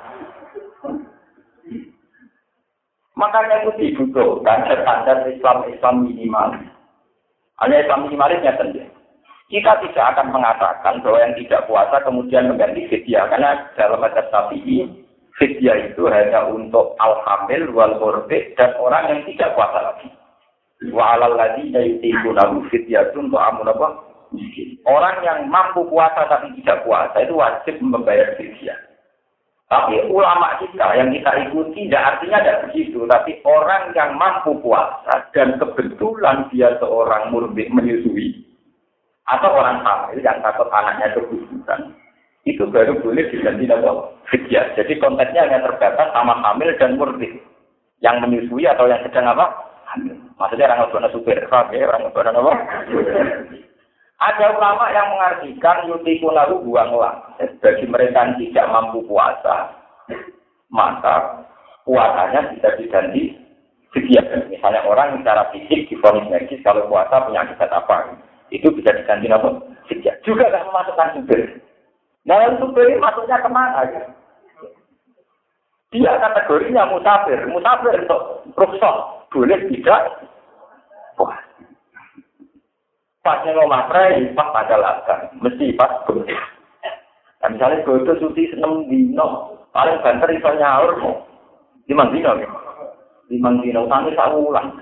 Makanya itu dibutuhkan standar Islam minimal. Hanya Islam minimalnya sendiri. Kita tidak akan mengatakan bahwa yang tidak puasa kemudian mengganti fidyah, karena dalam mazhab Syafi'i fidyah itu hanya untuk al-hamil wal murdi dan orang yang tidak puasa lagi. Wa 'alal ladzina yutiquna fidyatun ta'amun apa? Miskin. Orang yang mampu puasa tapi tidak puasa itu wajib membayar fidyah. Tapi ulama kita yang kita ikuti tidak artinya tidak begitu, tapi orang yang mampu puasa dan kebetulan dia seorang murdi menyusui atau orang hamil yang takut anaknya keguguran, itu baru boleh diganti nama fidyah. Jadi konteksnya hanya terbatas sama hamil dan murdi. Yang menyusui atau yang sedang apa? Hamil. Maksudnya orang ngebona supir, orang ngebona apa? Ada ulama yang mengartikan yutikunaru buanglah. Bagi mereka yang tidak mampu puasa, maka puasanya bisa diganti Sekian. Misalnya orang secara fisik divonis medis kalau puasa punya akibat apa, itu bisa diganti apa? Sekian. Juga nggak memasukkan supir. Nah, supir ini masuknya kemana? Ya? Dia kategorinya musafir. Musafir untuk rukhsah. Boleh tidak? Wah. Pasnya ngomong pas pada latar. Mesti pas boleh. Nah, misalnya bodoh suci 6 dino. Paling banter iso nyaur. 5 dino. 5 dino. Utangnya tak ulang.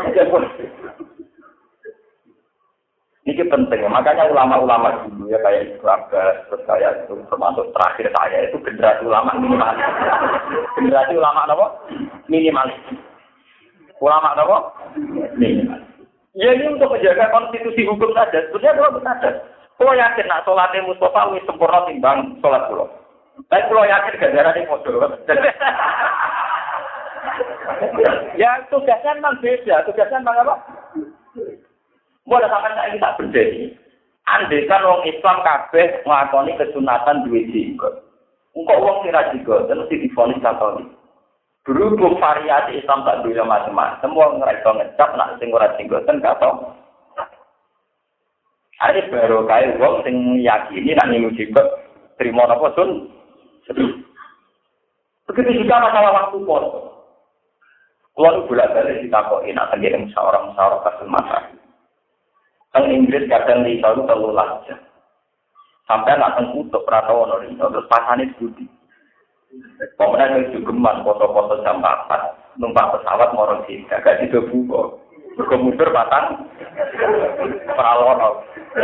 Ini penting. Makanya ulama-ulama dulu ya kayak Ibu Abbas, terus kayak itu termasuk terakhir saya itu generasi ulama minimalis. Generasi ulama apa? Minimalis. Ulama apa? Minimalis. Ya ini untuk menjaga konstitusi hukum saja. Sebenarnya kalau benar. Kalau yakin nak sholatnya Mustafa wis sempurna timbang sholat pulau. Tapi kalau yakin ganjaran ini modal. Ya tugasnya memang beda. Tugasnya memang apa? Mulai sampai saya tak berdiri. Andaikan orang Islam kabeh nglakoni kesunatan duwe jenggot. Engko wong sira jenggot terus divonis Katolik. Berhubung variasi Islam tak duwe macam-macam, wong ngrasa ngecap nak sing ora jenggoten kato. Ada baru kaya wong sing yakini nak ningu jenggot terima napa sun. Begitu juga masalah waktu puasa. Kalau bolak-balik ditakoki nak tenggene musyawarah kasus masalah. Kan Inggris kadang di itu terlalu aja. Sampai nak tengkutuk pratawono terus pasane budi. Pemenang itu geman foto-foto jam 4. Numpak pesawat morong sih, gak dibuka. Berkemudur batang Pralono.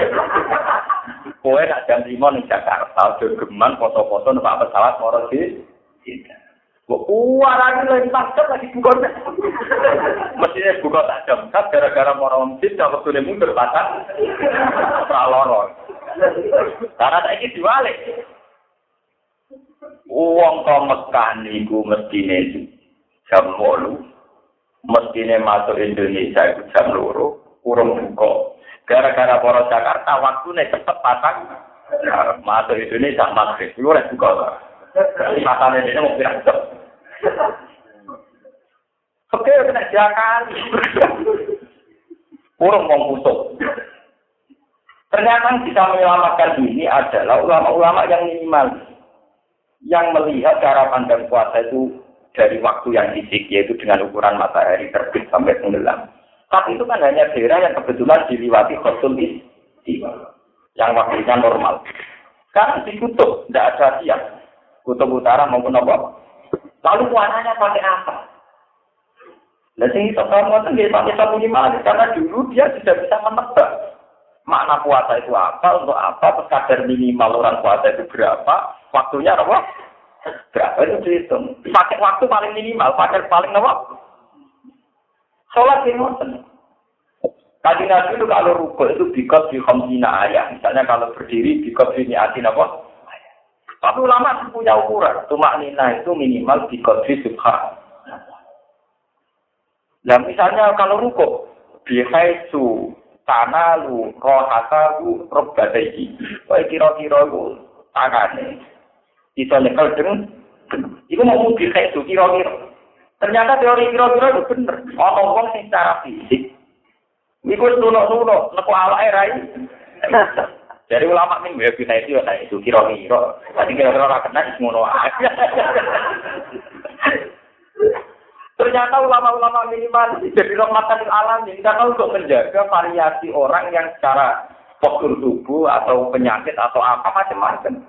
Kowe nak jam 5 ning Jakarta, geman foto-foto numpak pesawat morong sih. Warang lagi tajam lagi buka. Mestinya buka tajam. Kan gara-gara orang masjid dapat tulis mundur batang praloro. Karena saya ini diwalik. Uang kau Mekah niku mestine jam 8. Mestine masuk Indonesia itu jam 2. Urung buka. Gara-gara orang Jakarta waktunya cepet batang. Masuk Indonesia maghrib. Itu udah buka. Jadi matanya ini mau bilang cepet. Oke, kena jakan. Urung mau kusuk. Ternyata bisa menyelamatkan ini adalah ulama-ulama yang minimal. Yang melihat cara pandang puasa itu dari waktu yang fisik, yaitu dengan ukuran matahari terbit sampai tenggelam. Tapi itu kan hanya daerah yang kebetulan diliwati khosul istiwa. Yang waktunya normal. Sekarang di kutub, tidak ada siang. Kutub utara maupun apa. Lalu warnanya pakai apa? Nah, sing iso ngoten nggih pakai sabun minimalis karena dulu dia sudah bisa menebak makna puasa itu apa, untuk apa, terus kadar minimal orang puasa itu berapa, waktunya apa? Berapa itu dihitung. Pakai waktu paling minimal, pakai paling apa? Sholat di ngoten. Tadi Nabi itu kalau rukuk itu bikot di khamsina ayat. Misalnya kalau berdiri bikot di niatin apa? Tapi ulama punya ukuran. Tumak nina itu minimal di kodri subhan. Nah misalnya kalau rukuk. Bihaisu tanalu rohatahu robbadaihi. Wah kira-kira itu tangannya. Bisa nyekel dengan. Itu mau bihaisu kira-kira. Ternyata teori kira-kira itu benar. Orang-orang yang secara fisik. Itu nuno-nuno. Neku ala erai. Dari ulama nih, ya bisa itu kira-kira. Tadi kira-kira orang kena semua aja. Ternyata ulama-ulama minimal jadi rahmatan alamin karena untuk menjaga variasi orang yang secara postur tubuh atau penyakit atau apa macam-macam.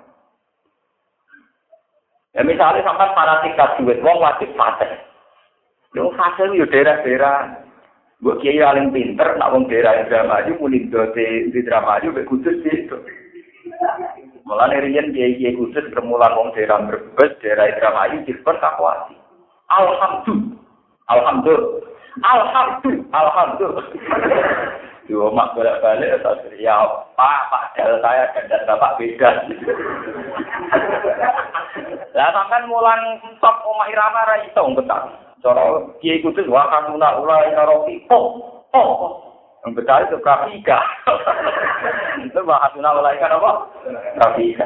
Ya misalnya sampai para tingkat duit, wong wajib fase. Yang fase itu daerah-daerah. Gue kiai paling pinter, nak wong daerah Indramayu, muni dote di Indramayu, be kudus itu. Malah nerian kiai kudus bermulan wong daerah Brebes, daerah Indramayu, diskon kakuati. Alhamdulillah. Yo mak bolak-balik atau ya Pak Del saya dan Bapak beda. Lah sampean mulang top omah irama ra iso ngetak. Cara kiai kudus wa kanuna ulai narofi. Yang betul itu grafika. Itu bahasuna ulai kan apa? Grafika.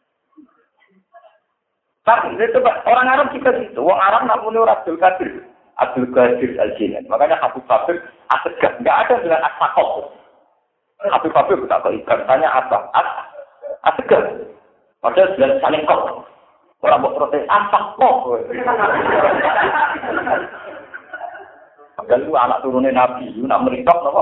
Tapi itu orang Arab juga gitu. Orang Arab nak muni Abdul Qadir. Abdul Qadir Al-Jilani. Makanya Habib Habib asegah, enggak ada bilang asakok. Habib Habib tak kok ikan tanya apa? Asegah. Padahal bilang saling kok. Orang mau protes asakok. Padahal itu anak turunnya Nabi, itu nak merikap apa?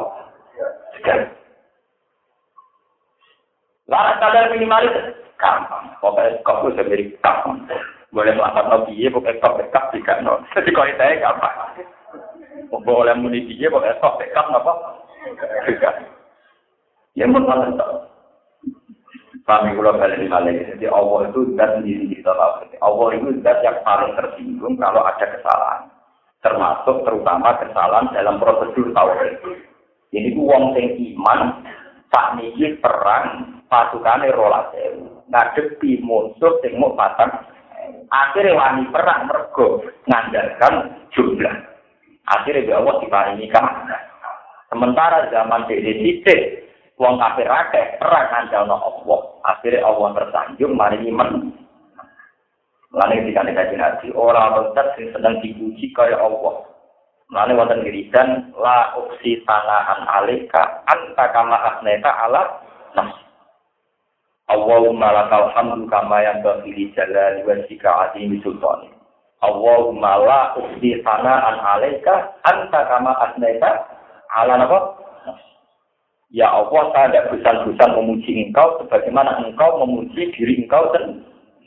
Larat kadar minimalis gampang. Pokoknya kok itu sendiri gampang. Boleh melakukan Nabi, pokoknya kok bekap juga. Jadi kalau itu gampang. Boleh muni dia, pokoknya kok bekap apa? Juga. Ya menurut kami kalau balik lagi, jadi Allah itu zat sendiri kita tahu. Allah itu zat yang paling tersinggung kalau ada kesalahan, termasuk terutama kesalahan dalam prosedur tauhid. Ini ku wong sing iman, sak niki perang pasukane 12.000, ngadepi musuh sing mung 4.000. Akhirnya wani perang mergo ngandalkan jumlah. Akhirnya Allah diparingi kalah. Sementara zaman dhisik wong kafir akeh perang ngandalno Allah. Akhirnya Allah tersanjung mari iman. Lalu dikane kaji Nabi, orang bersat sing sedang dipuji kaya Allah. Lalu wonten wiridan la uksi sanaan alika anta kama asneta ala nafsi. Allahumma lakal hamdu kama yanbaghi li jalali wajhika azimi sultani. Allahumma la uksi sanaan alika anta kama asneta ala nafsi. Ya Allah, saya tidak bosan-bosan memuji engkau sebagaimana engkau memuji diri engkau sendiri.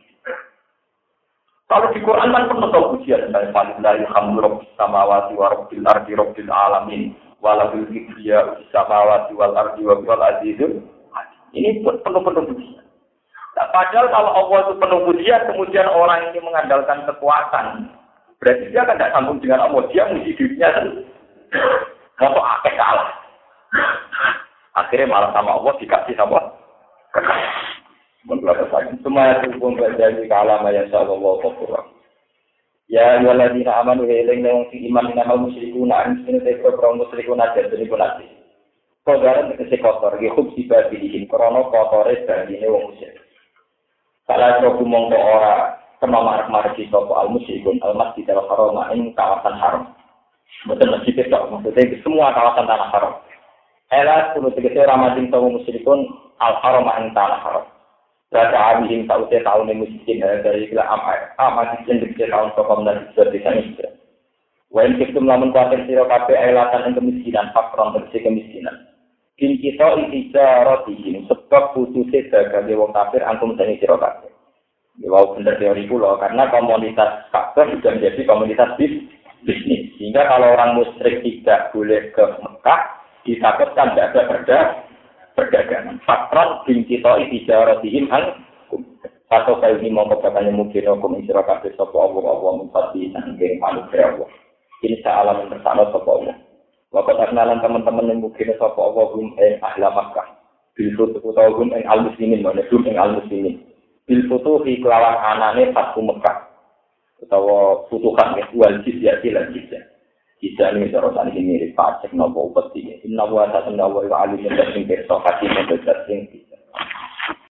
Kalau di Quran kan penuh pujian dari Alhamdulillah Rabbis samawati wa rabbil ardi rabbil alamin walahul kibriya samawati wal ardi wal azizul. Ini penuh pujian. Nah, padahal kalau Allah itu penuh pujian, kemudian orang ini mengandalkan kekuatan, berarti dia kan tidak sambung dengan Allah, dia memuji dirinya sendiri. Untuk akeh kalah. Akhirnya malah sama Allah dikasih sama kekayaan. Semua itu pun berjadi kalam yang Allah Qur'an. Ya waladina amanu eling nang sing iman nang musyrikuna sing tekro pro musyrikuna jadi punati. Kodaran tegese kotor iki khub sibadihin krana kotore bandine wong musyrik. Salah satu mongko ora kena marek-marek sapa al musyrikun al masjid al haram ing kawasan haram. Betul masjid itu maksudnya semua kawasan tanah haram. Elas kulo tegese ramadhin tawu musyrikun al-haram ing tanah haram. Rasa abihim taute taune musyrikin dari kila amat tegese taun sokom dan seperti ini. Wen kitum lamun kuatir sira kabeh elatan ing kemiskinan, fakron tegese kemiskinan. Kin kita ijaratihin sebab putuse dagange wong kafir angkum sing sira kabeh. Ya wau bener teori kula karena komunitas kafir sudah menjadi komunitas bisnis. Sehingga kalau orang musyrik tidak boleh ke Mekah ditakutkan tidak ada perdagangan. Fakron bin kita ijaratihim atau kali ini mau katanya mungkin hukum isra kabeh sapa Allah mufati nanging manusia Allah. Insya Allah bersama sapa Allah. Waktu kenalan teman-teman yang mungkin sapa Allah hum ahla Makkah. Bil futuh utawa hum al-muslimin mana hum al-muslimin. Bil futuh kelawan anane Fathu Mekah. Utawa futuhan wal jizyah lan jizyah. Jika ini cara tadi mirip pajak nopo upeti. Inna wa ta'ala wa alim yang sing kerso hati mendekat.